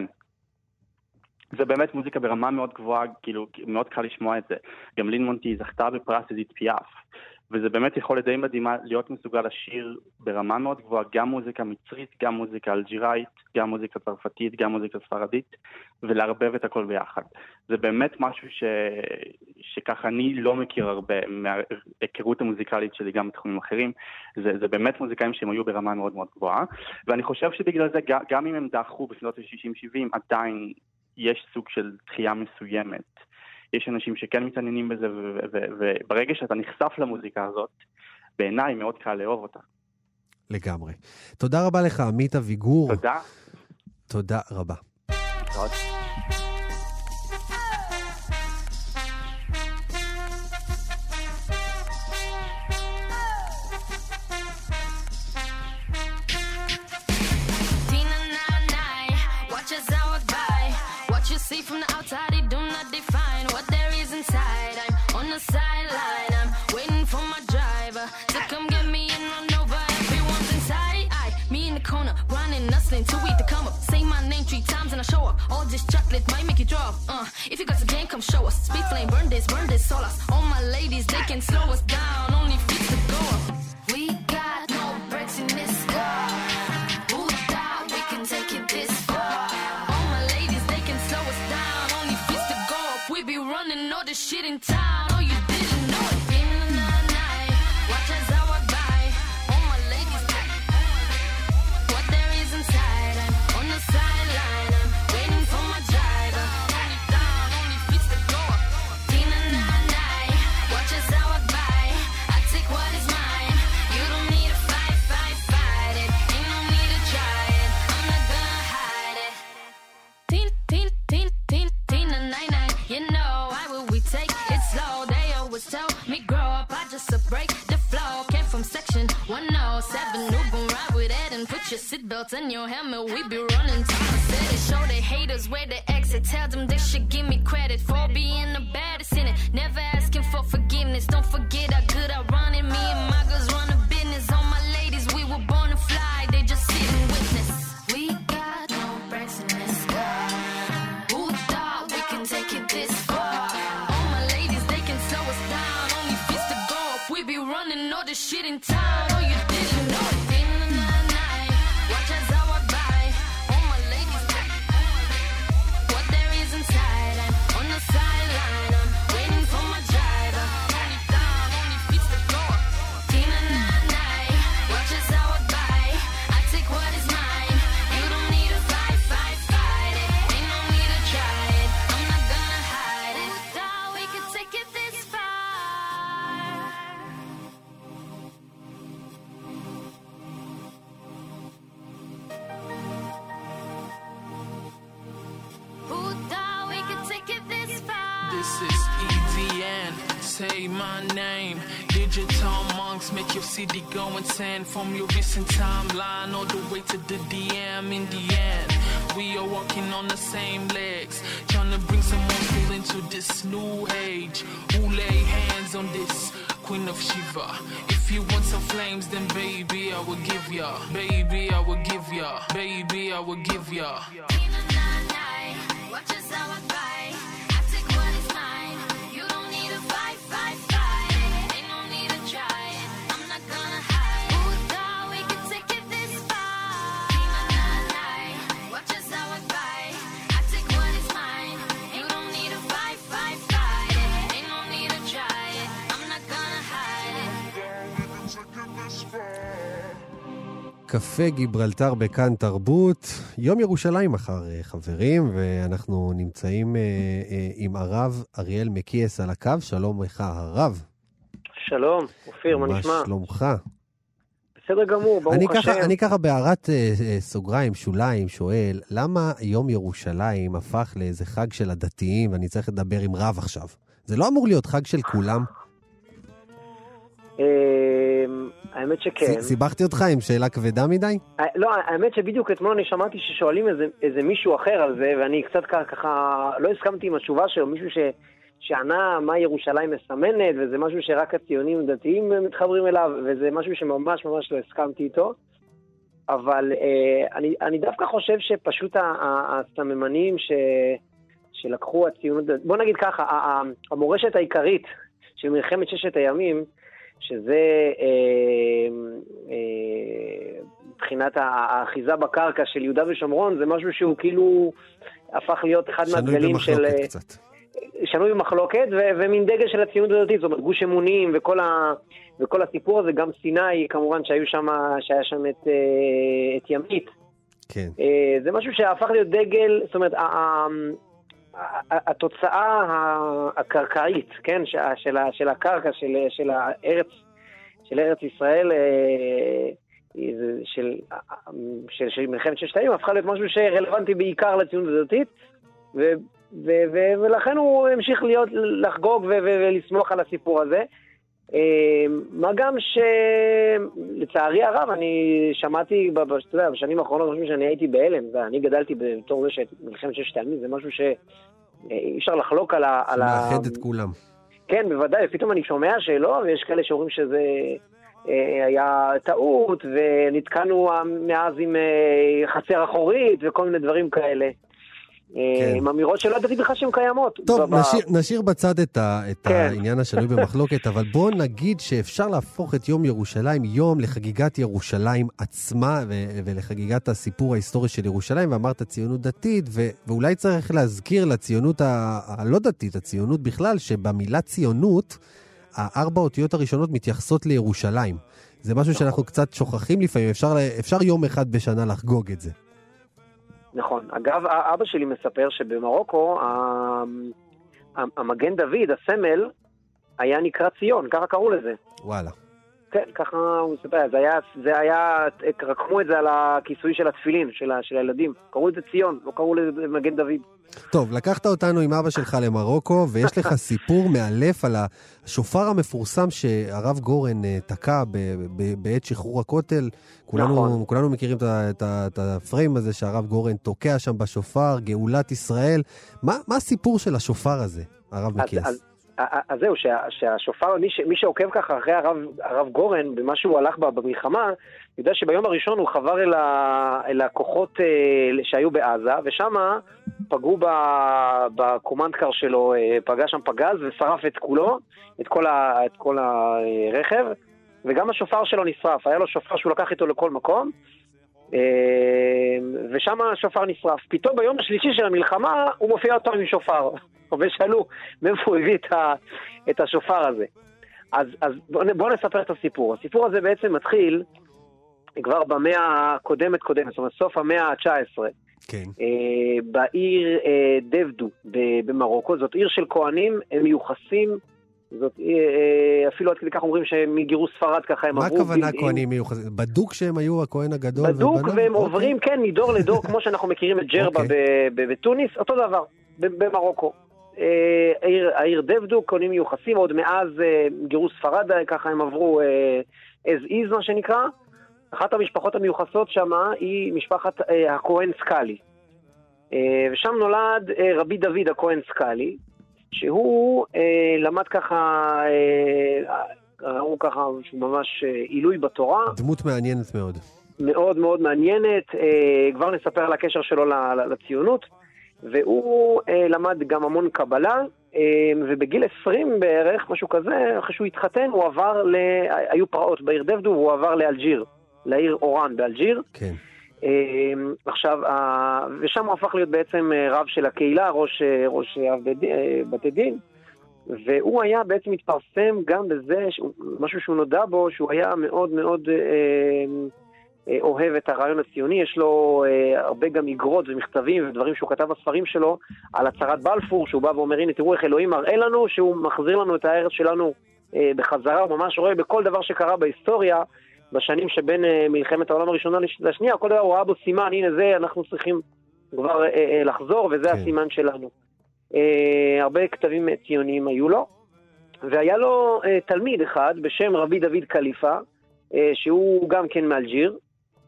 זה באמת מוזיקה ברמה מאוד גבוהה, כאילו, מאוד קל לשמוע את זה. גם לין מונטי זכתה בפרס אדית פיאף. וזה באמת יכול די מדהימה להיות מסוגל לשיר ברמה מאוד גבוהה, גם מוזיקה מצרית, גם מוזיקה אלג'יראית, גם מוזיקה צרפתית, גם מוזיקה ספרדית, ולערבב את הכל ביחד. זה באמת משהו ש... שככה אני לא מכיר הרבה מההיכרות המוזיקלית שלי גם בתחומים אחרים. זה, זה באמת מוזיקאים שהם היו ברמה מאוד מאוד גבוהה, ואני חושב שבגלל זה, גם אם הם דחו בשנות ה-שישים שבעים, עדיין יש סוג של דחייה מסוימת. יש אנשים שכן מתעניינים בזה, וברגע שאתה נחשף למוזיקה הזאת, בעיניי מאוד קל לאהוב אותה. לגמרי. תודה רבה לך, עמית אביגור. תודה. תודה רבה. תודה. from the outside, they do not define what there is inside. I'm on the sideline, I'm waiting for my driver to come get me and run over. Everyone's inside, I, me in the corner, running, hustling, too weak to come up. Say my name three times and I show up. All this chocolate might make you drop. Uh, if you got some game, come show us. Speed flame, burn this, burn this, soul us. All my ladies, they can slow us down, only feet to go up. We got no breaks in this car. Who thought we can take it this far? All my ladies, they can slow us down, only feet to go up. We be running all this shit in town. Oh, you didn't know it. In the night, watch as I walk by. All my ladies, what there is inside. I'm on the sideline, I'm waiting for my driver. Only down, only feet to go up. In the night, watch as I walk by. I take what is mine. You don't need to fight, fight, fight it. Ain't no need to try it. I'm not gonna hide it. Teen, teen, teen, teen, teen, a nine nine. You know why would we take it slow? They always tell me grow up. I just uh, break the flow. Came from section one oh seven. New gon' ride with Ed and put your seatbelts in your helmet. We be running time. Said it. Show the haters where the exit. Tell them they should give me credit for being the baddest in it. Never asking for forgiveness. Don't forget how good I run it. Me and my girls run a business. All my ladies, we were born to fly. They just sit and witness. We got no breaks in this car. Who thought we can take it this far? All my ladies, they can slow us down. Only fist to go up. We be running all this shit in town. Oh, you didn't know it. In the night, watch as I walk by. All my ladies, what there is inside. I'm on the sideline, I'm waiting for my driver. Only down, only feet to go up. In the night, watch as I walk by. I take what is mine. You don't need to fight, fight, fight it. Ain't no need to try it. I'm not gonna hide it. Thought we could take it this far. Who thought we could take it this far? This is E D N, say my name. Digital monks make your city go insane. From your recent timeline all the way to the D M. In the end, we are walking on the same legs, trying to bring some more feel into this new age. Who lay hands on this Queen of Shiva? If you want some flames, then baby I will give ya. Baby I will give ya. Baby I will give ya. In the night, watch as I walk by. I take what is mine. You don't need to fight, fight, fight it. Ain't no need to try it. I'm not gonna hide. Who thought we could take it this far? In the night, watch as I walk by. I take what is mine. You don't need to fight, fight, fight it. Ain't no need to try it. I'm not gonna hide it. קפה גיברלטר בכאן תרבות, יום ירושלים מחר חברים, ואנחנו נמצאים אה, אה, עם הרב אריאל מקייס על הקו. שלום לך הרב. שלום, אופיר, מה נשמע? מה שלומך? בסדר גמור, ברוך אני השם. ככה, אני ככה בהערת אה, אה, סוגריים, שוליים, שואל, למה יום ירושלים הפך לאיזה חג של הדתיים, ואני צריך לדבר עם רב עכשיו? זה לא אמור להיות חג של כולם? האמת שכן. סיבכתי אותך עם שאלה כבדה מדי? לא, האמת שבדיוק אתמול אני שמעתי ששואלים איזה, איזה מישהו אחר על זה, ואני קצת ככה לא הסכמתי עם התשובה שלו, מישהו ש, שענה מה ירושלים מסמנת, וזה משהו שרק הציונים דתיים מתחברים אליו, וזה משהו שממש ממש לא הסכמתי איתו. אבל אה, אני, אני דווקא חושב שפשוט הסממנים ש, שלקחו הציונות, בוא נגיד ככה, המורשת העיקרית של מלחמת ששת הימים, שזה אה, אה, מבחינת האחיזה בקרקע של יהודה ושומרון, זה משהו שהוא כאילו הפך להיות אחד מהדגלים של... שנוי במחלוקת קצת. שנוי במחלוקת, ו- ומין דגל של הציונות הדתית, זאת אומרת, גוש אמונים וכל, ה- וכל הסיפור הזה, גם סיני, כמובן שהיו שם, שהיה שם את, אה, את ימית. כן. אה, זה משהו שהפך להיות דגל, זאת אומרת, התוצאה הקרקעית, כן, של, של הקרקע, של, של הארץ, של ארץ ישראל, של, של, של מלחמת ששת הימים, הפכה להיות משהו שרלוונטי בעיקר לציונות הדתית, ו, ו, ו, ולכן הוא המשיך להיות, לחגוג ו, ו, ולסמוך על הסיפור הזה. מה גם שלצערי הרב, אני שמעתי בשנים האחרונות, משהו שאני הייתי בהלם, ואני גדלתי בתור זה שמלחמת ששת הימים, זה משהו שאי אפשר לחלוק על ה... שמאחד את כולם. כן, בוודאי, פתאום אני שומע שלא, ויש כאלה שאומרים שזה היה טעות, ונתקענו מאז עם חצר אחורית, וכל מיני דברים כאלה. עם אמירות שלא ידעתי בכלל שהן קיימות. טוב, נשאיר בצד את העניין השנוי במחלוקת, אבל בואו נגיד שאפשר להפוך את יום ירושלים יום לחגיגת ירושלים עצמה, ולחגיגת הסיפור ההיסטורי של ירושלים, ואמרת ציונות דתית, ואולי צריך להזכיר לציונות הלא דתית, הציונות בכלל, שבמילה ציונות, הארבע אותיות הראשונות מתייחסות לירושלים. זה משהו שאנחנו קצת שוכחים לפעמים, אפשר יום אחד בשנה לחגוג את זה. נכון. אגב, אבא שלי מספר שבמרוקו, המגן דוד, הסמל, היה נקרא ציון, ככה קראו לזה. וואלה. כן, ככה הוא מספר. זה היה, זה היה, רקמו את זה על הכיסוי של התפילין, של, של הילדים. קראו את זה ציון, לא קראו לזה מגן דוד. טוב, לקחת אותנו עם אבא שלך למרוקו, ויש לך סיפור מאלף על השופר המפורסם שהרב גורן תקע בעת שחרור הכותל. כולנו, נכון. כולנו מכירים את הפריים הזה שהרב גורן תוקע שם בשופר, גאולת ישראל. מה, מה הסיפור של השופר הזה, הרב מקיאס? אז, אז זהו, שה, שהשופר, מי, ש, מי שעוקב ככה אחרי הרב, הרב גורן, במה שהוא הלך במלחמה, יודע שביום הראשון הוא חבר אל, ה, אל הכוחות אה, שהיו בעזה, ושם פגעו בקומנדקר שלו, אה, פגע שם פגז ושרף את כולו, את כל, ה, את כל הרכב, וגם השופר שלו נשרף. היה לו שופר שהוא לקח איתו לכל מקום, אה, ושם השופר נשרף. פתאום ביום השלישי של המלחמה הוא מופיע אותו עם שופר. ושאלו מאיפה הוא הביא את, ה, את השופר הזה. אז, אז בואו בוא נספר את הסיפור. הסיפור הזה בעצם מתחיל כבר במאה הקודמת קודמת, זאת אומרת סוף המאה ה-תשע עשרה. כן. אה, בעיר אה, דבדו במרוקו, זאת עיר של כהנים, הם מיוחסים, זאת אה, אפילו עד כדי כך אומרים שמגירוס ספרד ככה הם מה עברו. מה הכוונה כהנים מיוחסים? בדוק שהם היו הכהן הגדול? בדוק ובנה? והם אוקיי. עוברים, כן, מדור לדור, כמו שאנחנו מכירים את ג'רבה אוקיי. בתוניס, אותו דבר, במרוקו. העיר, העיר דבדו, כהנים מיוחסים, עוד מאז גירוס ספרד, ככה הם עברו as is מה שנקרא. אחת המשפחות המיוחסות שם היא משפחת הכהן סקאלי. ושם נולד רבי דוד הכהן סקאלי, שהוא למד ככה, ראו ככה שהוא ממש עילוי בתורה. דמות מעניינת מאוד. מאוד מאוד מעניינת, כבר נספר על הקשר שלו לציונות. והוא אה, למד גם המון קבלה, אה, ובגיל עשרים בערך, משהו כזה, אחרי שהוא התחתן, הוא עבר, ל... היו פרעות בעיר דבדו, והוא עבר לאלג'יר, לעיר אורן באלג'יר. כן. אה, עכשיו, אה, ושם הוא הפך להיות בעצם רב של הקהילה, ראש, ראש אה, בתי דין, והוא היה בעצם מתפרסם גם בזה, משהו שהוא נודע בו, שהוא היה מאוד מאוד... אה, אוהב את הרעיון הציוני, יש לו אה, הרבה גם אגרות ומכתבים ודברים שהוא כתב בספרים שלו על הצהרת בלפור, שהוא בא ואומר, הנה תראו איך אלוהים מראה לנו, שהוא מחזיר לנו את הארץ שלנו אה, בחזרה, הוא ממש רואה בכל דבר שקרה בהיסטוריה, בשנים שבין אה, מלחמת העולם הראשונה לשנייה, כל דבר הוא ראה בו סימן, הנה זה אנחנו צריכים כבר אה, אה, לחזור, וזה כן. הסימן שלנו. אה, הרבה כתבים ציוניים היו לו, והיה לו אה, תלמיד אחד בשם רבי דוד קליפה, אה, שהוא גם כן מאלג'יר,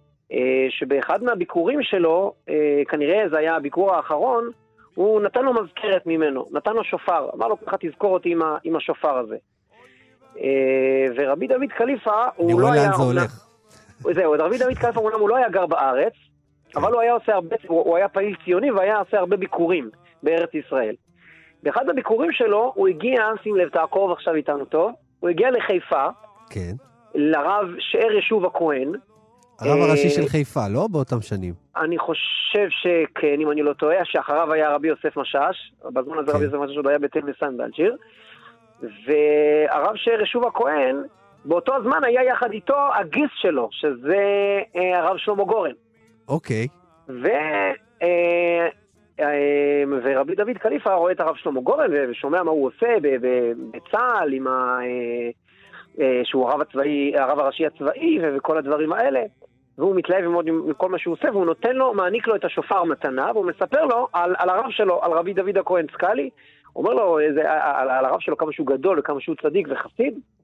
שבאחד מהביקורים שלו, כנראה זה היה הביקור האחרון, הוא נתן לו מזכרת ממנו, נתן לו שופר, אמר לו ככה תזכור אותי עם, עם השופר הזה. ורבי דוד קליפה, הוא לא היה... זה הולך. זהו, רבי דוד קליפה הוא לא היה גר בארץ, אבל הוא היה עושה הרבה, הוא היה פעיל ציוני והיה עושה הרבה ביקורים בארץ ישראל. באחד הביקורים שלו, הוא הגיע, שים לב, תעקוב עכשיו איתנו טוב, הוא הגיע לחיפה, כן. לרב שאר ישוב הכהן, הרב הראשי של חיפה, לא? באותם שנים. אני חושב שכן, אם אני לא טועה, שאחריו היה רבי יוסף משש, בזמן הזה רבי יוסף משש עוד היה בתל מסן באלג'יר, והרב שאר ישוב הכהן, באותו הזמן היה יחד איתו הגיס שלו, שזה הרב שלמה גורן. אוקיי. ו... ורבי דוד קליפה רואה את הרב שלמה גורן, ושומע מה הוא עושה בצה"ל, עם ה... שהוא הרב הצבאי, הרב הראשי הצבאי וכל הדברים האלה, והוא מתלהב מאוד עם כל מה שהוא עושה, והוא נותן לו, מעניק לו את השופר מתנה, והוא מספר לו על, על הרב שלו, על רבי דוד הכהן סקאלי, אומר לו זה, על, על הרב שלו כמה שהוא גדול וכמה שהוא צדיק וחסיד,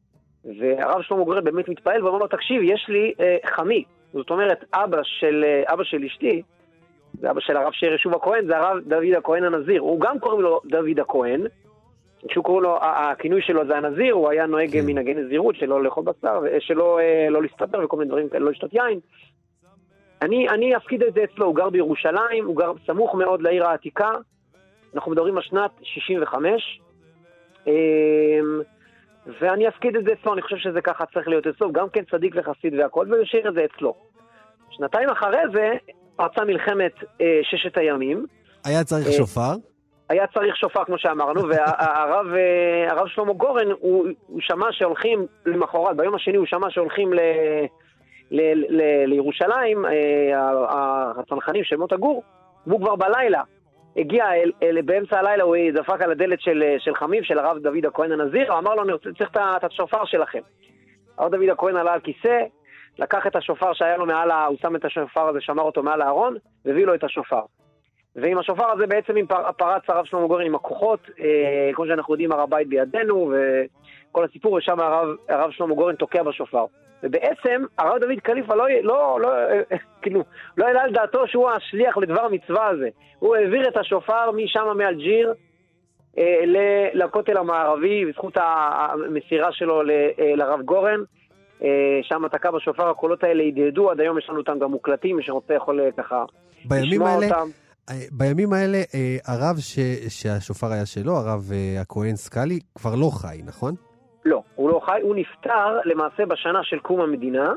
והרב שלמה גורן באמת מתפעל ואומר לו, תקשיב, יש לי אה, חמי, זאת אומרת, אבא של, אה, אבא של אשתי, זה אבא של הרב שאר ישוב הכהן, זה הרב דוד הכהן הנזיר, הוא גם קוראים לו דוד הכהן, כשהוא קורא לו, הכינוי שלו זה הנזיר, הוא היה נוהג כן. מנהגי נזירות, שלא לאכול בשר, שלא אה, לא להסתתר וכל מיני דברים כאלה, לא לשתות יין. אני, אני אפקיד את זה אצלו, הוא גר בירושלים, הוא גר סמוך מאוד לעיר העתיקה, אנחנו מדברים על שנת שישים וחמש, אה, ואני אפקיד את זה אצלו, אני חושב שזה ככה צריך להיות אצלו, גם כן צדיק וחסיד והכל, וישאיר את זה אצלו. שנתיים אחרי זה, פרצה מלחמת אה, ששת הימים. היה צריך אה, שופר? היה צריך שופר, כמו שאמרנו, והרב אה, הרב שלמה גורן, הוא, הוא שמע שהולכים למחרת, ביום השני הוא שמע שהולכים ל, ל, ל, ל, לירושלים, אה, הצנחנים של מות הגור, והוא כבר בלילה. הגיע אל, אל, באמצע הלילה, הוא דפק על הדלת של, של חמיב, של הרב דוד הכהן הנזיר, הוא אמר לו, אני צריך את השופר שלכם. הרב דוד הכהן עלה על כיסא, לקח את השופר שהיה לו מעל, הוא שם את השופר הזה, שמר אותו מעל הארון, והביא לו את השופר. ועם השופר הזה בעצם עם פר, פרץ הרב שלמה גורן עם הכוחות, אה, כמו שאנחנו יודעים, הר הבית בידינו, וכל הסיפור, ושם הרב, הרב שלמה גורן תוקע בשופר. ובעצם הרב דוד קליפה לא, לא, לא, כאילו, לא העלה על דעתו שהוא השליח לדבר המצווה הזה. הוא העביר את השופר משם מאלג'יר אה, לכותל המערבי, בזכות המסירה שלו ל, אה, לרב גורן. אה, שם תקע בשופר, הקולות האלה ידעדו, עד היום יש לנו אותם גם מוקלטים, מי שרוצה יכול ככה לשמוע האלה, אותם. בימים האלה, אה, הרב ש, שהשופר היה שלו, הרב אה, הכהן סקאלי, כבר לא חי, נכון? לא, הוא לא חי, הוא נפטר למעשה בשנה של קום המדינה,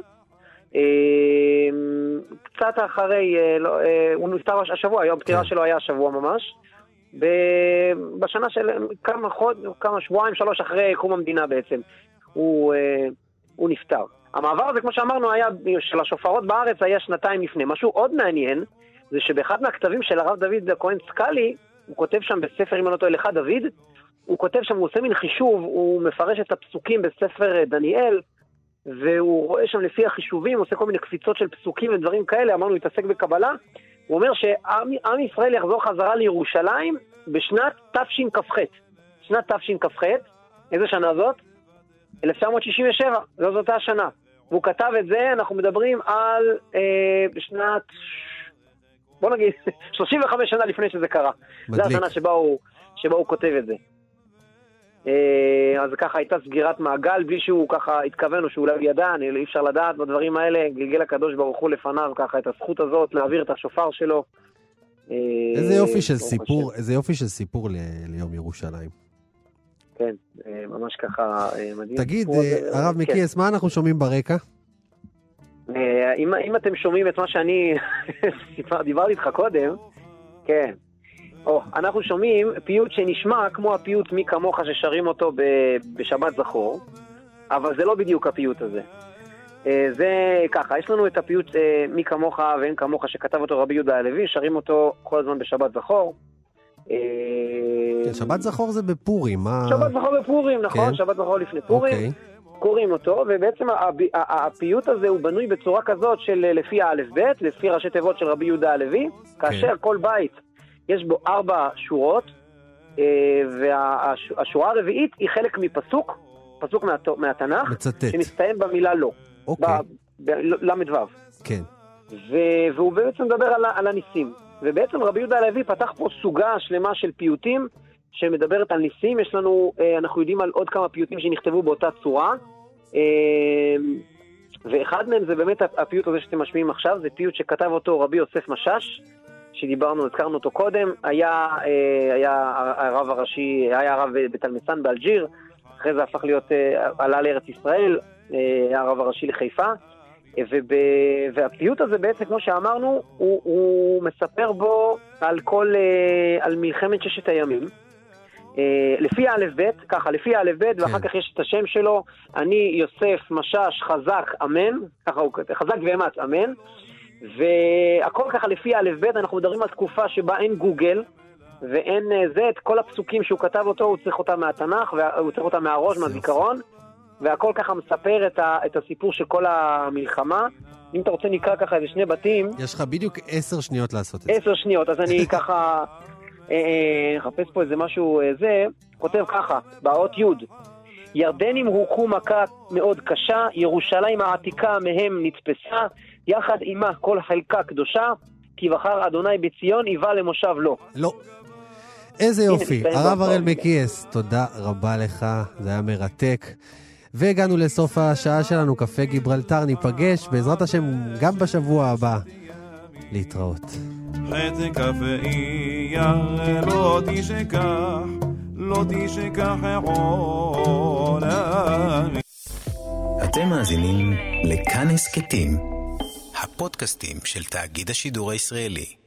קצת אחרי, הוא נפטר השבוע, היום הפטירה שלו היה השבוע ממש, בשנה של כמה חוד, כמה שבועיים, שלוש אחרי קום המדינה בעצם, הוא, הוא נפטר. המעבר הזה, כמו שאמרנו, היה, של השופרות בארץ היה שנתיים לפני. משהו עוד מעניין, זה שבאחד מהכתבים של הרב דוד הכהן סקאלי, הוא כותב שם בספר, אם אני לא טועה, לך דוד, הוא כותב שם, הוא עושה מין חישוב, הוא מפרש את הפסוקים בספר דניאל, והוא רואה שם לפי החישובים, הוא עושה כל מיני קפיצות של פסוקים ודברים כאלה, אמרנו, הוא התעסק בקבלה, הוא אומר שעם ישראל יחזור חזרה לירושלים בשנת תשכ"ח. שנת תשכ"ח, איזה שנה זאת? אלף תשע מאות שישים ושבע, זו זאת השנה. והוא כתב את זה, אנחנו מדברים על אה, בשנת, בוא נגיד, שלושים וחמש שנה לפני שזה קרה. מדליק. זו השנה שבה הוא, שבה הוא כותב את זה. אז ככה הייתה סגירת מעגל, בלי שהוא ככה התכוון או שהוא לא ידע, אי אפשר לדעת בדברים האלה, גלגל הקדוש ברוך הוא לפניו ככה את הזכות הזאת, להעביר את השופר שלו. איזה יופי של סיפור, איזה יופי של סיפור ליום ירושלים. כן, ממש ככה מדהים. תגיד, הרב מיקיאס, מה אנחנו שומעים ברקע? אם אתם שומעים את מה שאני דיברתי איתך קודם, כן. או, אנחנו שומעים פיוט שנשמע כמו הפיוט מי כמוך ששרים אותו בשבת זכור, אבל זה לא בדיוק הפיוט הזה. זה ככה, יש לנו את הפיוט מי כמוך ואין כמוך שכתב אותו רבי יהודה הלוי, שרים אותו כל הזמן בשבת זכור. שבת זכור זה בפורים. שבת זכור בפורים, נכון, שבת זכור לפני פורים. קוראים אותו, ובעצם הפיוט הזה הוא בנוי בצורה כזאת של לפי האלף בית, לפי ראשי תיבות של רבי יהודה הלוי, כאשר כל בית יש בו ארבע שורות, והשורה הרביעית היא חלק מפסוק, פסוק מהתנ"ך, מצטט. שמסתיים במילה לא. אוקיי. למד וו. כן. והוא בעצם מדבר על, על הניסים. ובעצם רבי יהודה הלוי פתח פה סוגה שלמה של פיוטים, שמדברת על ניסים. יש לנו, אנחנו יודעים על עוד כמה פיוטים שנכתבו באותה צורה, ואחד מהם זה באמת הפיוט הזה שאתם משמיעים עכשיו, זה פיוט שכתב אותו רבי יוסף משש, שדיברנו, הזכרנו אותו קודם, היה, היה הרב הראשי, היה הרב בתלמסן באלג'יר, אחרי זה הפך להיות, עלה לארץ ישראל, הרב הראשי לחיפה, והפיוט הזה בעצם, כמו שאמרנו, הוא, הוא מספר בו על כל, על מלחמת ששת הימים, לפי האלף בית, ככה, לפי האלף בית, ואחר כך יש את השם שלו, אני יוסף משש חזק אמן, ככה הוא כתב, חזק ואמץ אמן, והכל ככה לפי האלף בית, אנחנו מדברים על תקופה שבה אין גוגל, ואין זה, את כל הפסוקים שהוא כתב אותו, הוא צריך אותם מהתנ"ך, והוא צריך אותם מהראש, מהזיכרון, והכל ככה מספר את, ה, את הסיפור של כל המלחמה. אם אתה רוצה נקרא ככה איזה שני בתים. יש לך בדיוק עשר שניות לעשות את זה. עשר שניות, אז אני ככה, אה, חפש פה איזה משהו, זה, כותב ככה, באות י' ירדנים הוכו מכה מאוד קשה, ירושלים העתיקה מהם נתפסה, יחד עמה כל חלקה קדושה, כי בחר אדוני בציון, היווה למושב לו. לא. איזה יופי. הרב הראל מקייס, תודה רבה לך, זה היה מרתק. והגענו לסוף השעה שלנו, קפה גיברלטר, ניפגש בעזרת השם גם בשבוע הבא. להתראות. חצי קפאייה, לא תשכח, לא תשכח עולמי. אתם מאזינים לכאן הסכתים, הפודקאסטים של תאגיד השידור הישראלי.